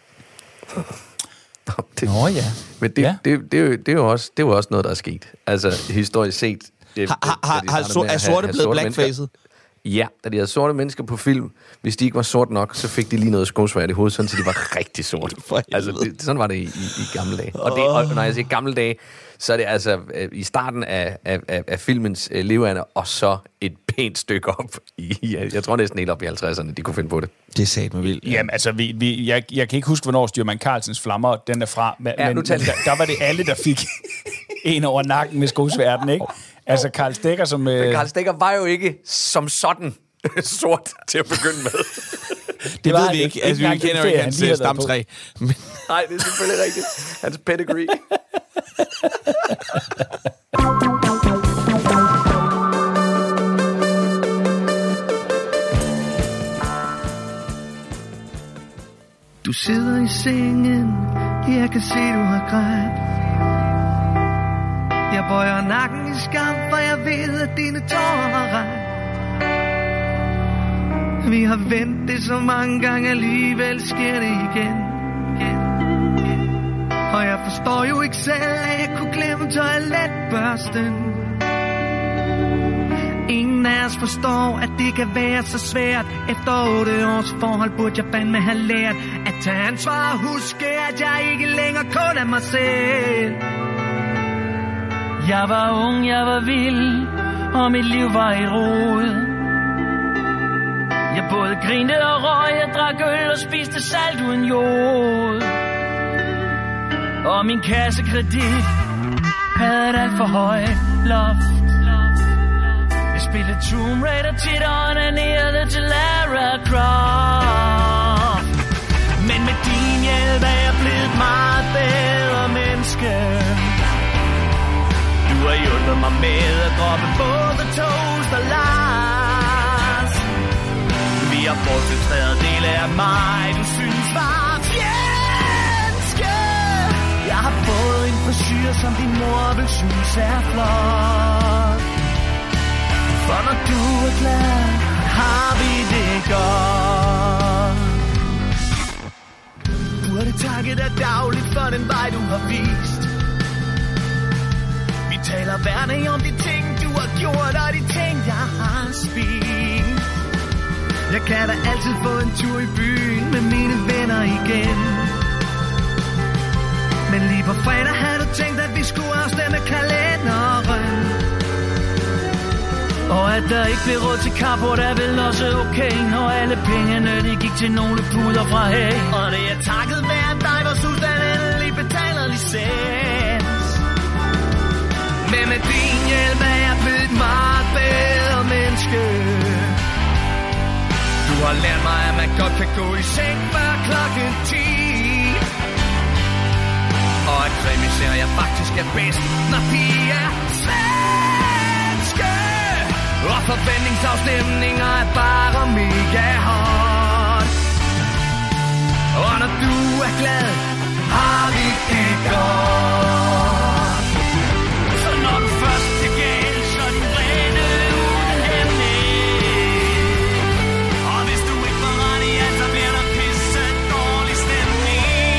Det, Nå ja. men det, Ja. ja. det, det, det, er jo, det, er jo også, det er jo også noget, der er sket. Altså, historisk set. Det, Har, har, da har, de har startede so, med er at sorte have blevet sorte mennesker- blackfaced? Ja, da de havde sorte mennesker på film, hvis de ikke var sort nok, så fik de lige noget skosværd i hovedet, sådan så de var rigtig sorte. For Altså, det, sådan var det i, i, i gamle dage. Og, det, og når jeg siger gamle dage, så er det altså øh, i starten af, af, af, af filmens øh, levealder, og så et pænt stykke op i, i, jeg tror næsten helt op i halvtredserne, de kunne finde på det. Det er sat med vildt. Jamen, altså, vi, vi, jeg, jeg kan ikke huske, hvornår Styrmand Carlsens flammer, den er fra. Men, Ja, nu men taler der, der var det alle, der fik en over nakken med skosværden, ikke? Altså, Karl Stikker som... Øh, Karl Stikker var jo ikke som sådan sort til at begynde med. Det var ved han vi jo ikke. ikke Altså, vi engang kender den jo ikke ferie, hans han lige øh, havde været på. stamtræ. Men Nej, det er selvfølgelig rigtigt. Hans pedigree. Du sidder i sengen, jeg kan se, du har grædt. Jeg bøjer nakken i skam, for jeg ved, at dine tårer har ret. Vi har vendt det så mange gange, alligevel sker det igen. Og jeg forstår jo ikke selv, at jeg kunne glemme toiletbørsten. Ingen af os forstår, at det kan være så svært. Efter otte års forhold burde jeg fandme have lært at tage ansvar og huske, at jeg ikke længere kun er mig selv. Jeg var ung, jeg var vild, og mit liv var et rod. Jeg både grinte og røg, jeg drak øl og spiste salt uden jord. Og min kassekredit havde et alt for højt loft. Jeg spillede Tomb Raider tit og onanerede til Lara Croft. Men med din hjælp er jeg blevet et meget bedre menneske. Du har hjulpet mig med at droppe både toast og Lars. Vi har brugt en tredjedel af mig, du synes var fjendske. Jeg har fået en frisyr, som din mor vil synes er flot. For når du er glad, har vi det godt. Burde takke dig dagligt for den vej, du har vist. Vi taler hverdag om de ting, du har gjort, og de ting, jeg har spist. Jeg kan da altid få en tur i byen med mine venner igen. Men lige på fredag havde du tænkt, at vi skulle afstemme kalenderen. Og at der ikke blev råd til Carport er vel også okay, når alle pengene de gik til nogle puder fra Haag. Og det er takket være dig, hvor Susan endelig betaler licens. Men med din hjælp er jeg blevet et meget bedre menneske. Du har lært mig, at man godt kan gå i seng før klokken ti. Og at krimiserier faktisk er bedst, når de er svenske. Og forventningsafstemninger er bare mega hot. Og når du er glad, har vi det godt. Så når du først er galt, så er den rene uden hemmelighed. Og hvis du ikke får ret i alt, så bliver der pisse dårlig stemning.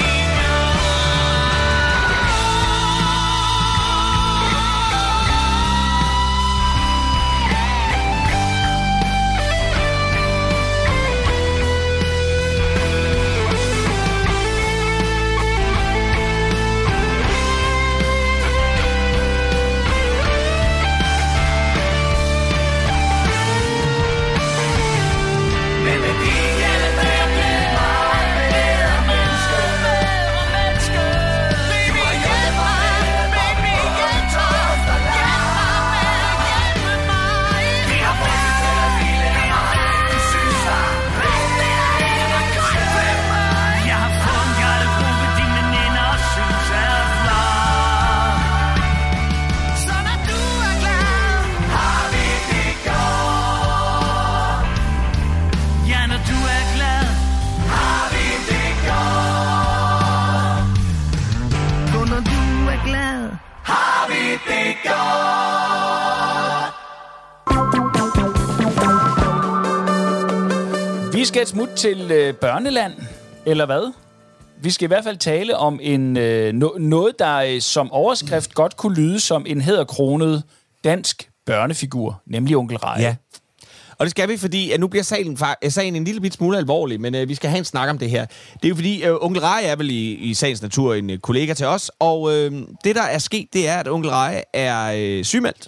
Vi skal et smut til øh, børneland, eller hvad? Vi skal i hvert fald tale om en øh, no- noget, der øh, som overskrift godt kunne lyde som en hæderkronet dansk børnefigur, nemlig Onkel Reje. Ja. Og det skal vi, fordi at nu bliver sagen, sagen en lille bit smule alvorlig, men øh, vi skal have en snak om det her. Det er jo fordi, øh, Onkel Reje er vel i, i sagens natur en øh, kollega til os, og øh, det, der er sket, det er, at Onkel Reje er øh, sygemeldt.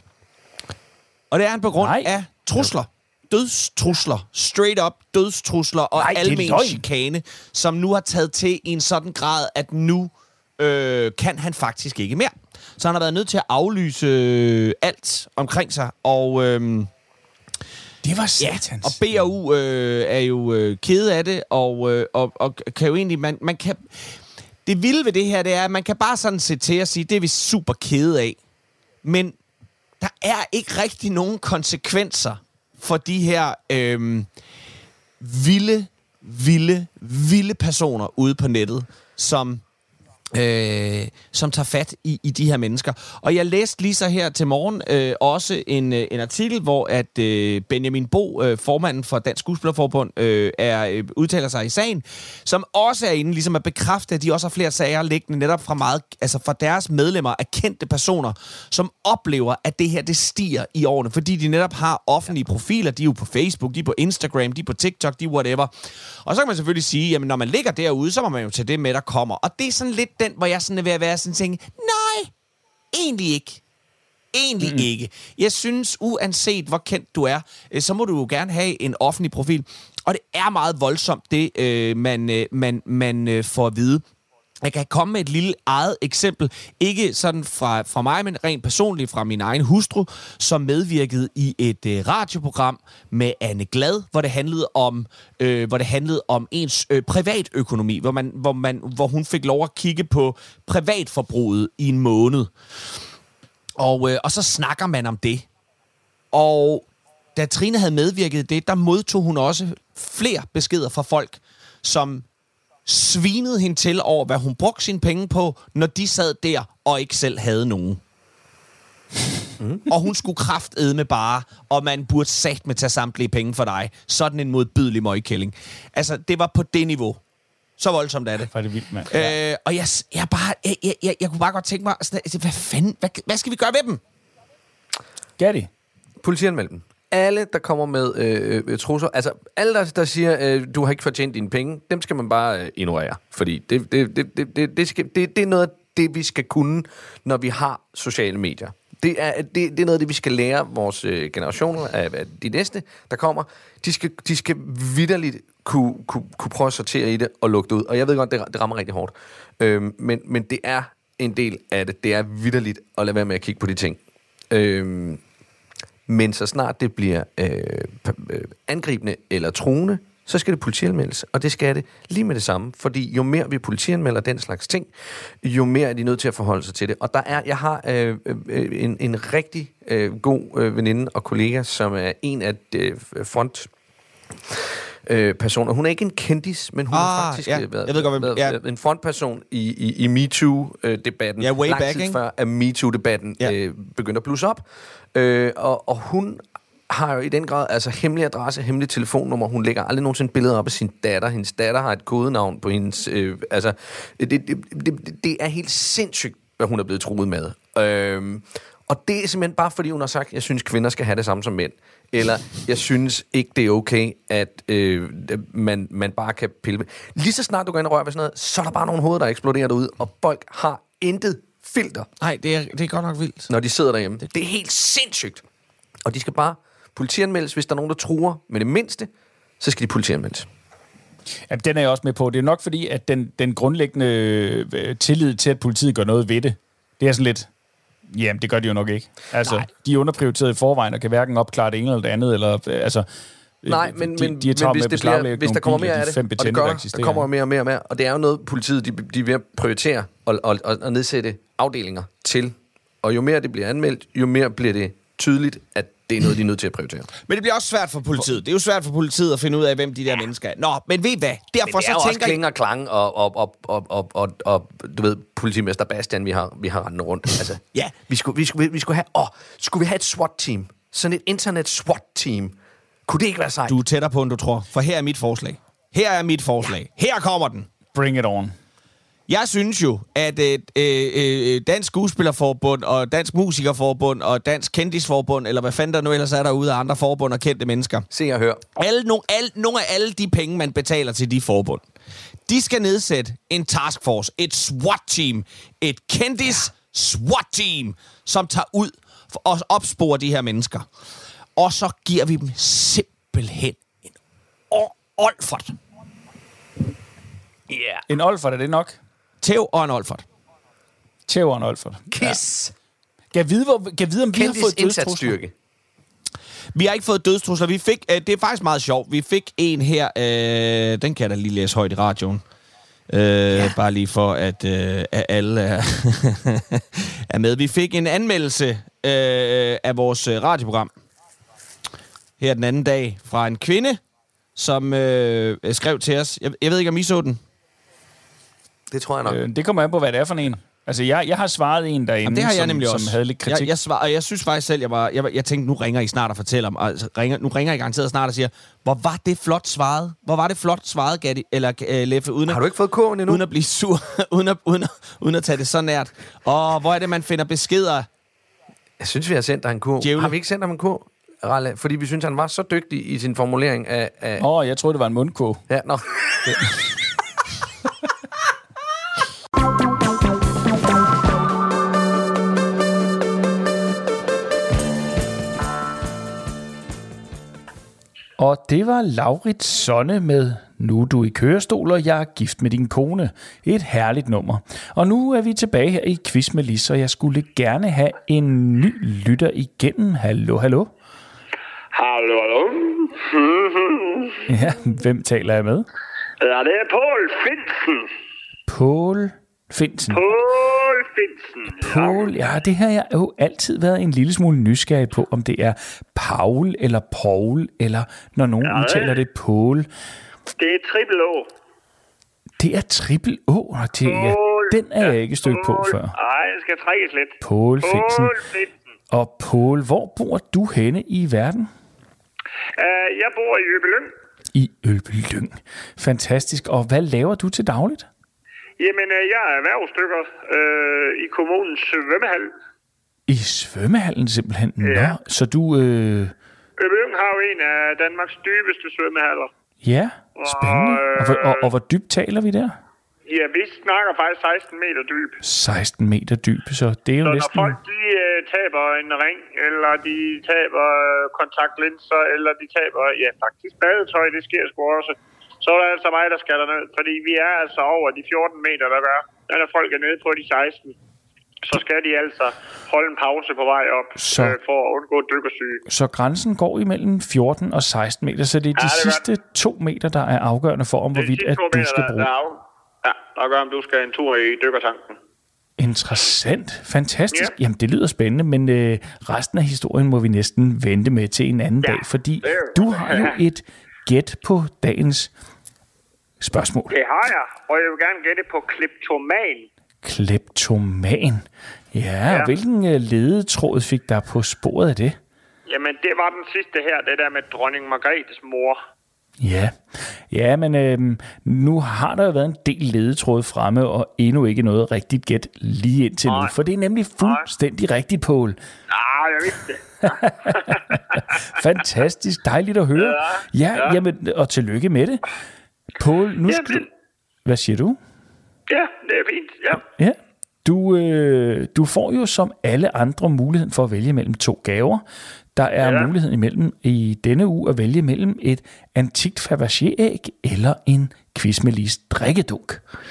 Og det er han på grund Nej. af trusler. Dødstrusler. Straight up dødstrusler og Nej, det er almen løgn. chikane, som nu har taget til i en sådan grad, at nu øh, kan han faktisk ikke mere. Så han har været nødt til at aflyse øh, alt omkring sig, og... Øh, Det var Ja, satans. og B og U øh, er jo øh, kede af det, og, øh, og, og kan jo egentlig... Man, man kan, det vilde ved det her, det er, at man kan bare sådan se til og sige, det er vi super kede af. Men der er ikke rigtig nogen konsekvenser for de her øh, vilde, vilde, vilde personer ude på nettet, som... Øh, som tager fat i, i de her mennesker. Og jeg læste lige så her til morgen øh, også en, øh, en artikel, hvor at øh, Benjamin Bo, øh, formanden for Dansk Skuespillerforbund, øh, er, øh, udtaler sig i sagen, som også er inde ligesom at bekræfte, at de også har flere sager liggende netop fra, meget, altså fra deres medlemmer af kendte personer, som oplever, at det her det stiger i årene, fordi de netop har offentlige profiler. De er jo på Facebook, de er på Instagram, de er på TikTok, de er whatever. Og så kan man selvfølgelig sige, jamen når man ligger derude, så må man jo tage det med, der kommer. Og det er sådan lidt den, hvor jeg sådan er ved at være sådan tænke, nej, egentlig ikke. Egentlig mm. ikke. Jeg synes, uanset hvor kendt du er, så må du jo gerne have en offentlig profil. Og det er meget voldsomt, det øh, man, øh, man, man øh, får at vide. Jeg kan komme med et lille eget eksempel, ikke sådan fra, fra mig, men rent personligt fra min egen hustru, som medvirkede i et øh, radioprogram med Anne Glad, hvor det handlede om, øh, hvor det handlede om ens øh, privatøkonomi, hvor, man, hvor, man, hvor hun fik lov at kigge på privatforbruget i en måned. Og, øh, og så snakker man om det. Og da Trine havde medvirket i det, der modtog hun også flere beskeder fra folk, som svinede hende til over, hvad hun brugte sine penge på, når de sad der og ikke selv havde nogen. Mm. Og hun skulle kraftedme bare, og man burde sagt med tage samtlige penge for dig. Sådan en modbydelig møgkælling. Altså, det var på det niveau. Så voldsomt er det. Var det vildt, mand. Øh, og jeg, jeg, bare, jeg, jeg, jeg, jeg kunne bare godt tænke mig, sådan, hvad fanden, hvad, hvad skal vi gøre ved dem? Gør det? Politianmeld dem. alle, der kommer med øh, øh, trusler, altså alle, der, der siger, øh, du har ikke fortjent dine penge, dem skal man bare øh, ignorere. Fordi det, det, det, det, det, det, skal, det, det er noget af det, vi skal kunne, når vi har sociale medier. Det er, det, det er noget af det, vi skal lære vores øh, generationer, af, af de næste, der kommer. De skal, de skal vitterligt kunne, kunne, kunne prøve at sortere i det og lukke det ud. Og jeg ved godt, det, det rammer rigtig hårdt. Øh, men, men det er en del af det. Det er vitterligt at lade være med at kigge på de ting. Øh, men så snart det bliver øh, angribende eller truende, så skal det politianmeldes, og det skal det lige med det samme. Fordi jo mere vi politianmelder den slags ting, jo mere er de nødt til at forholde sig til det. Og der er, jeg har øh, øh, en, en rigtig øh, god øh, veninde og kollega, som er en af øh, front... Øh, personer. Hun er ikke en kendis, men hun ah, har faktisk ja. været, jeg ved godt, været, ja. været en frontperson i, i, i MeToo-debatten. Ja, way lang back, tid ikke? før, at MeToo-debatten ja. øh, begyndte at blusse op. Øh, og, og hun har jo i den grad altså hemmelig adresse, hemmelig telefonnummer. Hun lægger aldrig nogensinde billeder op af sin datter. Hendes datter har et kodenavn på hendes... Øh, altså, det, det, det, det er helt sindssygt, hvad hun er blevet truet med. Øh, og det er simpelthen bare, fordi hun har sagt, jeg synes, kvinder skal have det samme som mænd. Eller, jeg synes ikke, det er okay, at øh, man, man bare kan pille med. Lige så snart du går ind og rører ved sådan noget, så er der bare nogle hoveder, der eksploderer derude, og folk har intet filter. Nej, det er, det er godt nok vildt. Når de sidder derhjemme. Det er helt sindssygt. Og de skal bare politianmeldes, hvis der er nogen, der truer med det mindste, så skal de politianmeldes. Ja, den er jeg også med på. Det er nok fordi, at den, den grundlæggende øh, tillid til, at politiet gør noget ved det, det er sådan lidt... Jamen, det gør de jo nok ikke. Altså, Nej. de er underprioriteret i forvejen, og kan hverken opklare det ene eller det andet, eller, altså... Nej, men, de, men, de er men hvis, det bliver, hvis der kommer mere af det, og det gør, der, der kommer mere og mere og mere, og det er jo noget, politiet de, de er ved at prioritere og, og, og, og nedsætte afdelinger til. Og jo mere det bliver anmeldt, jo mere bliver det tydeligt, at det er noget, de er nødt til at prioritere. Men det bliver også svært for politiet. Det er jo svært for politiet at finde ud af, hvem de der mennesker er. Nå, men ved I hvad? Derfor men det er så også tænker kling og klang og, og, og, og, og, og, og du ved, politimester Bastian, vi har, vi har rendt rundt. Altså, ja. Vi skulle, vi skulle, vi skulle have, åh, skulle vi have et SWAT-team? Sådan et internet-SWAT-team. Kunne det ikke være sejt? Du er tættere på, end du tror. For her er mit forslag. Her er mit forslag. Her kommer den. Bring it on. Jeg synes jo, at øh, øh, Dansk Skuespillerforbund og Dansk Musikerforbund og Dansk Kendisforbund, eller hvad fanden der nu ellers er derude af andre forbund og kendte mennesker. Se og hør. Alle, no, alle, nogle af alle de penge, man betaler til de forbund, de skal nedsætte en taskforce, et SWAT-team, et kendis-SWAT-team, som tager ud og opsporer de her mennesker. Og så giver vi dem simpelthen en olfert. Yeah. En olfert, er det nok? Tæv og en olfert. Tæv og en olfert. Kiss. Ja. Kan vide, hvor, kan vide, om vi Kendis har fået dødstrusler? Vi har ikke fået dødstrusler. Vi fik, øh, det er faktisk meget sjovt. Vi fik en her, øh, den kan jeg da lige læse højt i radioen. Øh, ja. Bare lige for, at, øh, at alle er, er med. Vi fik en anmeldelse øh, af vores øh, radioprogram her den anden dag fra en kvinde, som øh, skrev til os. Jeg, jeg ved ikke, om I så den? Det tror jeg nok. Øh, det kommer an på, hvad det er for en. Altså, jeg, jeg har svaret en derinde, det har jeg som, nemlig som havde lidt kritik. Jeg, jeg, svar, jeg synes faktisk selv, jeg var... Jeg, jeg tænkte, nu ringer I snart og fortæller om... Altså, ringer, nu ringer I garanteret snart og siger, hvor var det flot svaret? Hvor var det flot svaret, Gatti? Eller uh, Leffe? Uden at, har du ikke fået K'en endnu? Uden at blive sur. uden, at, uden, at, uden at tage det så nært. Og hvor er det, man finder beskeder? Jeg synes, vi har sendt dig en K. Djævle. Har vi ikke sendt ham en K? Ralle, fordi vi synes, han var så dygtig i sin formulering af... af... Åh, oh, jeg troede, det var en mundkog. Ja, nå. Og det var Laurits Sonne med Nu er du i kørestol, og jeg er gift med din kone. Et herligt nummer. Og nu er vi tilbage her i Quiz med Lis, og jeg skulle gerne have en ny lytter igennem. Hallo, hallo. Hallo, hallo. Ja, hvem taler jeg med? Ja, det er Poul Finsen. Poul Finsen. Poul Finsen. Poul, ja, det har jeg jo altid været en lille smule nysgerrig på, om det er Paul eller Paul, eller når nogen ja, udtaler det Poul. Det er triple O. Det er triple O, og det, ja, den er jeg ikke stødt på før. Nej, det skal trækkes lidt. Poul Finsen. Poul Finsen. Og Poul, hvor bor du henne i verden? Uh, jeg bor i Øbelyng. I Øbelyng. Fantastisk. Og hvad laver du til dagligt? Jamen, jeg er erhvervsstykker øh, i kommunens svømmehal. I svømmehallen simpelthen? Ja. Nå, så du, øh, Øbyng har jo en af Danmarks dybeste svømmehaller. Ja, spændende. Og, og, og, og hvor dybt taler vi der? Ja, vi snakker faktisk seksten meter dyb. seksten meter dyb, så det er jo Så næsten... når folk de, uh, taber en ring, eller de taber uh, kontaktlinser, eller de taber, ja faktisk badetøj, det sker sgu også, så er det altså mig, der skal derned. Fordi vi er altså over de fjorten meter, der gør. Når folk er nede på de seksten, så skal de altså holde en pause på vej op, så, øh, for at undgå dykkersyge. Så grænsen går imellem fjorten og seksten meter, så det er de ja, det sidste to meter, der er afgørende for, om hvorvidt at du skal bruge... Ja, der gør, om du skal en tur i dykkertanken. Interessant. Fantastisk. Ja. Jamen, det lyder spændende, men øh, resten af historien må vi næsten vente med til en anden ja, dag, fordi du har jo et gæt på dagens spørgsmål. Det har jeg, og jeg vil gerne gætte på kleptoman. Kleptoman? Ja, ja. Hvilken øh, ledetråd fik der på sporet af det? Jamen, det var den sidste her, det der med dronning Margrethes mor. Ja, ja, men øhm, nu har der jo været en del ledetråde fremme, og endnu ikke noget rigtigt gæt lige indtil nu, for det er nemlig fuldstændig rigtigt, Poul. Ah, jeg vidste det. Fantastisk, dejligt at høre. Ja, ja, ja. Jamen, og tillykke med det. Poul, nu skal du... Hvad siger du? Ja, det er fint, ja. Ja, du, øh, du får jo som alle andre muligheden for at vælge mellem to gaver. Der er ja. muligheden imellem i denne uge at vælge mellem et antikt Fabergé-æg eller en Quizmelis drikkedunk.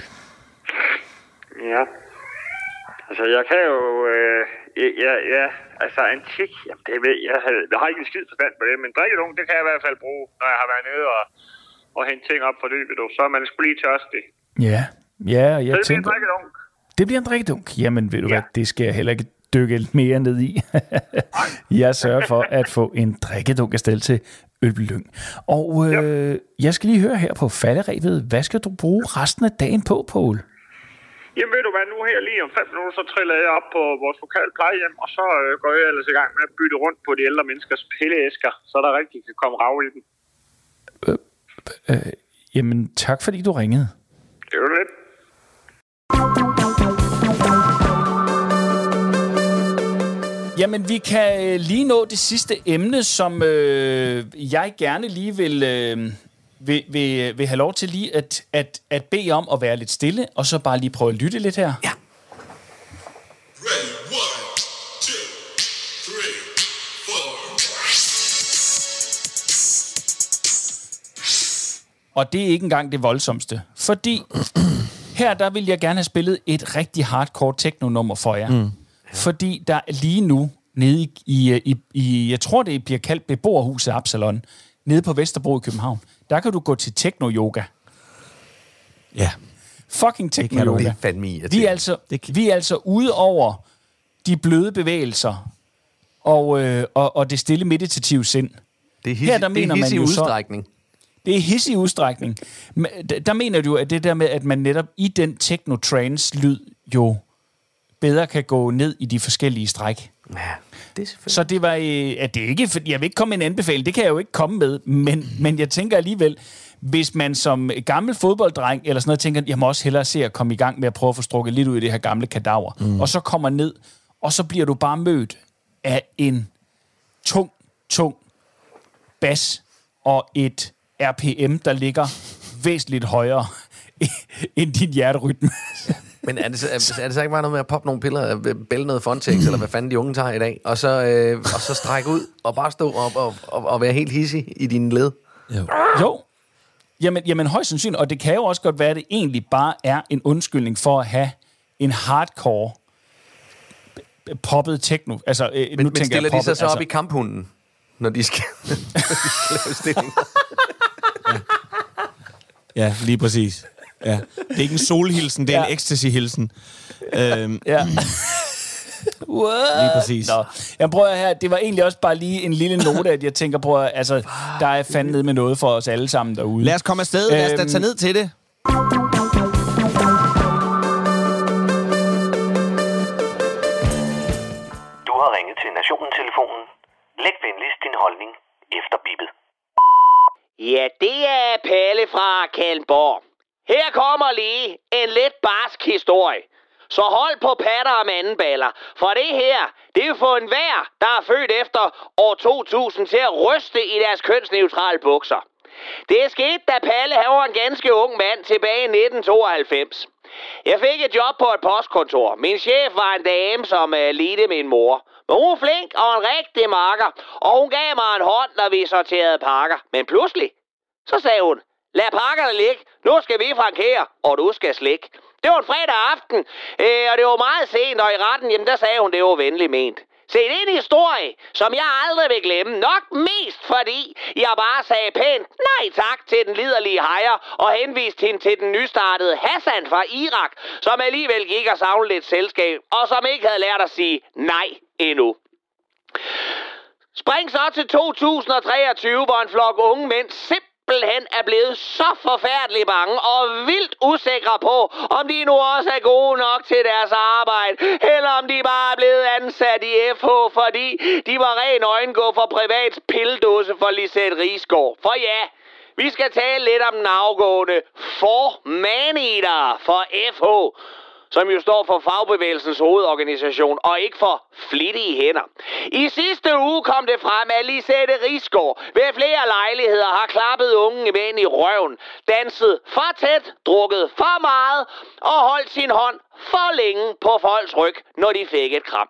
Ja. Altså, jeg kan jo... Øh, ja, ja, altså antik... Jamen, det ved jeg. Jeg har ikke en skid forstand på det, men drikkedunk, det kan jeg i hvert fald bruge, når jeg har været nede og, og hente ting op for dybet. Så er man sgu lige tørstig. Ja, ja, jeg så det tænker... bliver en drikkedunk. Det bliver en drikkedunk. Jamen, ved du ja. hvad, det skal jeg heller ikke dykke mere ned i. Jeg sørger for at få en drikkedunk afsted til Ølby-Lyng. Og øh, ja. jeg skal lige høre her på falderebet, hvad skal du bruge resten af dagen på, Poul? Jamen ved du hvad, nu her lige om fem minutter, så triller jeg op på vores lokale plejehjem, og så øh, går jeg ellers i gang med at bytte rundt på de ældre menneskers pilleæsker, så der rigtig kan komme rav i dem. Øh, øh, jamen tak fordi du ringede. Det var lidt. Jamen, vi kan lige nå det sidste emne, som øh, jeg gerne lige vil, øh, vil, vil, vil have lov til lige at, at, at bede om at være lidt stille, og så bare lige prøve at lytte lidt her. Ja. Ready, one, two, three, four. Og det er ikke engang det voldsomste, fordi her der vil jeg gerne have spillet et rigtig hardcore techno-nummer for jer. Mm. Fordi der lige nu, nede i, i, i, jeg tror det bliver kaldt beboerhuset Absalon, nede på Vesterbro i København, der kan du gå til techno-yoga. Ja. Fucking techno-yoga. Det er fandme i. Vi er altså, vi er altså ude over de bløde bevægelser og, øh, og, og det stille meditative sind. Det er hissig, Her, der mener det er hissig man udstrækning. Så, det er hissig udstrækning. Der, der mener du, at det der med, at man netop i den techno-trance-lyd jo bedre kan gå ned i de forskellige stræk. Ja, det er selvfølgelig. Så det var, øh, at det ikke, for jeg vil ikke komme med en anbefaling, det kan jeg jo ikke komme med, men, men jeg tænker alligevel, hvis man som gammel fodbolddreng eller sådan noget tænker, jeg må også hellere se at komme i gang med at prøve at få strukket lidt ud i det her gamle kadaver, mm. og så kommer ned, og så bliver du bare mødt af en tung, tung bas og et R P M, der ligger væsentligt højere end din hjerterytme. Men er det, så, er det så ikke bare noget med at poppe nogle piller, bælge noget Fontex, eller hvad fanden de unge tager i dag, og så, øh, og så strække ud, og bare stå op og, og, og være helt hissig i dine led? Jo. jo. Jamen, jamen højst sandsynligt, og det kan jo også godt være, at det egentlig bare er en undskyldning for at have en hardcore poppet techno. Altså, øh, men nu men stiller jeg poppet, de sig så altså. op i kamphunden, når de skal, når de skal lave stilling? Ja. Ja, lige præcis. Ja. Det er ikke en solhilsen, det er ja. en ecstasy-hilsen. Øhm. Ja. Lige præcis. Nå. Jeg prøver her, det var egentlig også bare lige en lille note, at jeg tænker på, at altså, der er fandme ned med noget for os alle sammen derude. Lad os komme afsted, lad os da tage ned til det. Du har ringet til Nationen-telefonen. Læg venligst din holdning efter bippet. Ja, det er Palle fra Kalmborg. Her kommer lige en lidt barsk historie. så hold på patter og mandenballer. For det her, det vil få enhver, der er født efter år to tusind, til at ryste i deres kønsneutrale bukser. Det skete, da Palle han var en ganske ung mand tilbage i nitten tooghalvfems. Jeg fik et job på et postkontor. Min chef var en dame, som uh, lidte min mor. Men hun var flink og en rigtig makker, og hun gav mig en hånd, når vi sorterede pakker. Men pludselig, så sagde hun, lad pakkerne ligge, nu skal vi frankere, og du skal slikke. Det var en fredag aften, øh, og det var meget sent, og i retten, jamen der sagde hun, det var venligt ment. Se, det er en historie, som jeg aldrig vil glemme. Nok mest fordi, jeg bare sagde pænt nej tak til den liderlige hejer og henviste hende til den nystartede Hassan fra Irak, som alligevel gik og savnede lidt selskab, og som ikke havde lært at sige nej endnu. Spring så til to tusind treogtyve, hvor en flok unge mænd simpelthen er blevet så forfærdeligt bange og vildt usikre på, om de nu også er gode nok til deres arbejde, eller om de bare er blevet ansat i F H, fordi de var ren øjengå for privat pildåse for Lisette Risgaard. For ja, vi skal tale lidt om den afgående formaneater for F H, som jo står for Fagbevægelsens hovedorganisation, og ikke for flittige hænder. I sidste uge kom det frem, at Lisette Risgaard ved flere lejligheder har klappet unge mænd i røven, danset for tæt, drukket for meget og holdt sin hånd for længe på folks ryg, når de fik et kram.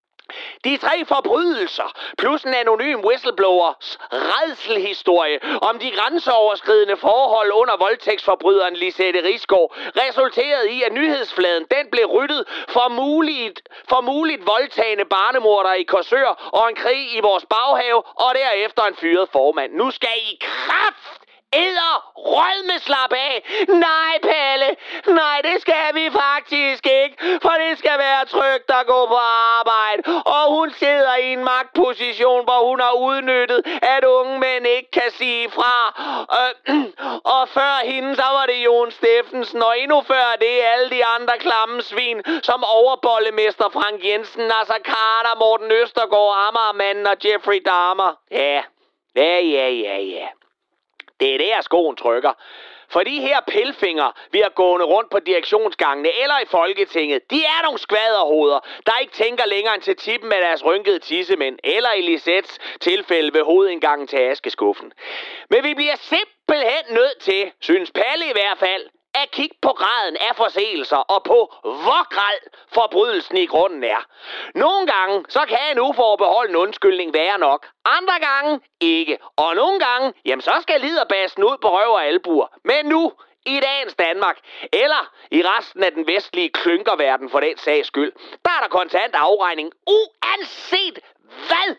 De tre forbrydelser, plus en anonym whistleblowers rædselhistorie om de grænseoverskridende forhold under voldtægtsforbryderen Lisette Risgaard, resulterede i, at nyhedsfladen den blev ryddet for muligt, for muligt voldtagende barnemordere i Korsør og en krig i vores baghave, og derefter en fyret formand. Nu skal I kraft Æder rødme slap af. Nej, Palle. Nej, det skal vi faktisk ikke. For det skal være trygt at gå på arbejde. Og hun sidder i en magtposition, hvor hun har udnyttet, at unge mænd ikke kan sige fra. Øh, og før hende, så var det Jon Steffensen. Og endnu før det alle de andre klamme svin, som overbollemester Frank Jensen, Nasser Carter, Morten Østergaard, Amagermanden og Jeffrey Dahmer. Ja, ja, ja, ja, ja. Det er der skoen trykker. For de her pilfinger, vi har gående rundt på direktionsgangene eller i Folketinget, de er nogle skvaderhoveder, der ikke tænker længere end til tippen med deres rynkede tissemænd, eller i Lisettes tilfælde ved hovedindgangen til askeskuffen. Men vi bliver simpelthen nødt til, synes Palle i hvert fald, at kigge på graden af forseelser og på, hvor grad forbrydelsen i grunden er. Nogle gange, så kan en uforbeholden undskyldning være nok. Andre gange ikke. Og nogle gange, jamen så skal liderbassen ud på røv og albuer. Men nu, i dagens Danmark, eller i resten af den vestlige klynkerverden for den sags skyld, der er der kontant afregning uanset hvad.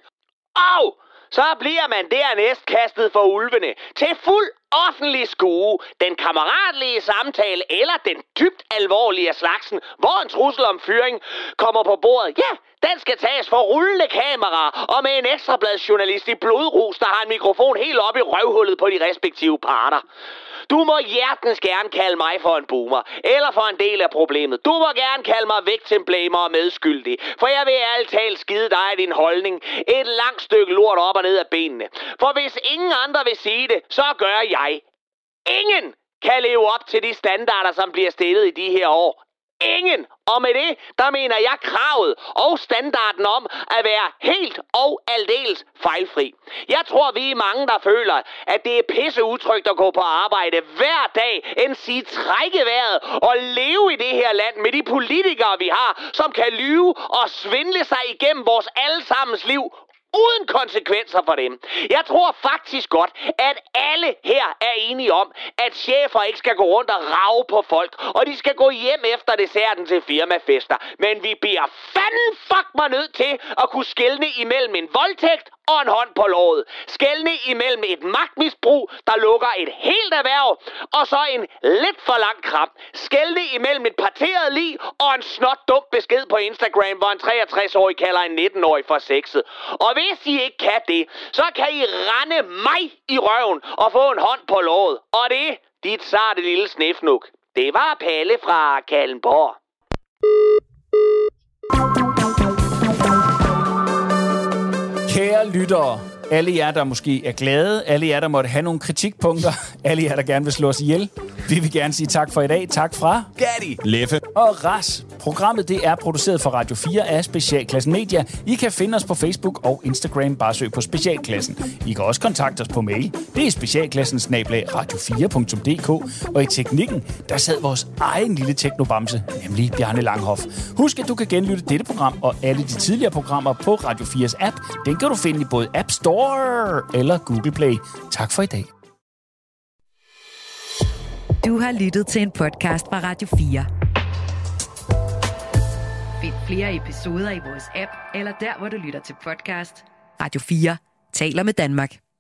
Og så bliver man dernæst kastet for ulvene til fuld offentlig skue, den kammeratlige samtale eller den dybt alvorlige af slagsen, hvor en trussel om fyring kommer på bordet. Ja, den skal tages for rullende kamera og med en ekstrabladsjournalist i blodrus, der har en mikrofon helt op i røvhullet på de respektive parter. Du må hjertens gerne kalde mig for en boomer, eller for en del af problemet. Du må gerne kalde mig victimblamer og medskyldig, for jeg vil ærligt talt skide dig af din holdning et langt stykke lort op og ned af benene. For hvis ingen andre vil sige det, så gør jeg. Ingen kan leve op til de standarder, som bliver stillet i de her år. Ingen. Og med det, der mener jeg kravet og standarden om at være helt og aldeles fejlfri. Jeg tror, vi er mange, der føler, at det er pisse utrygt at gå på arbejde hver dag, end sige trække vejret og leve i det her land med de politikere, vi har, som kan lyve og svindle sig igennem vores allesammens liv uden konsekvenser for dem. Jeg tror faktisk godt, at alle her er enige om, at chefer ikke skal gå rundt og rage på folk, og de skal gå hjem efter desserten til firmafester. Men vi bliver fanden fuck mig nødt til at kunne skelne imellem en voldtægt og en hånd på låret. Skelne imellem et magtmisbrug, der lukker et helt erhverv, og så en lidt for lang kram. Skelne imellem et parteret lig og en snot dum besked på Instagram, hvor en treogtres-årig kalder en nitten-årig for sexet. Og hvis I ikke kan det, så kan I rende mig i røven og få en hånd på låret. Og det, dit sarte lille snifnuk. Det var Palle fra Kallenborg. Kære lyttere, alle jer, der måske er glade, alle jer, der måtte have nogle kritikpunkter, alle jer, der gerne vil slå os ihjel, Vi vil gerne sige tak for i dag. Tak fra Gatti. Leffe. og Ras. Programmet det er produceret for Radio fire af Specialklassen Media. I kan finde os på Facebook og Instagram. Bare søg på Specialklassen. I kan også kontakte os på mail. Det er specialklassen snabel-a radio fire punktum d k. Og i teknikken, der sad vores egen lille teknobamse, nemlig Bjarne Langhoff. Husk, at du kan genlytte dette program og alle de tidligere programmer på Radio fires app. Den kan du finde i både App Store eller Google Play. Tak for i dag. Du har lyttet til en podcast fra Radio fire. Find flere episoder i vores app, eller der, hvor du lytter til podcast. Radio fire taler med Danmark.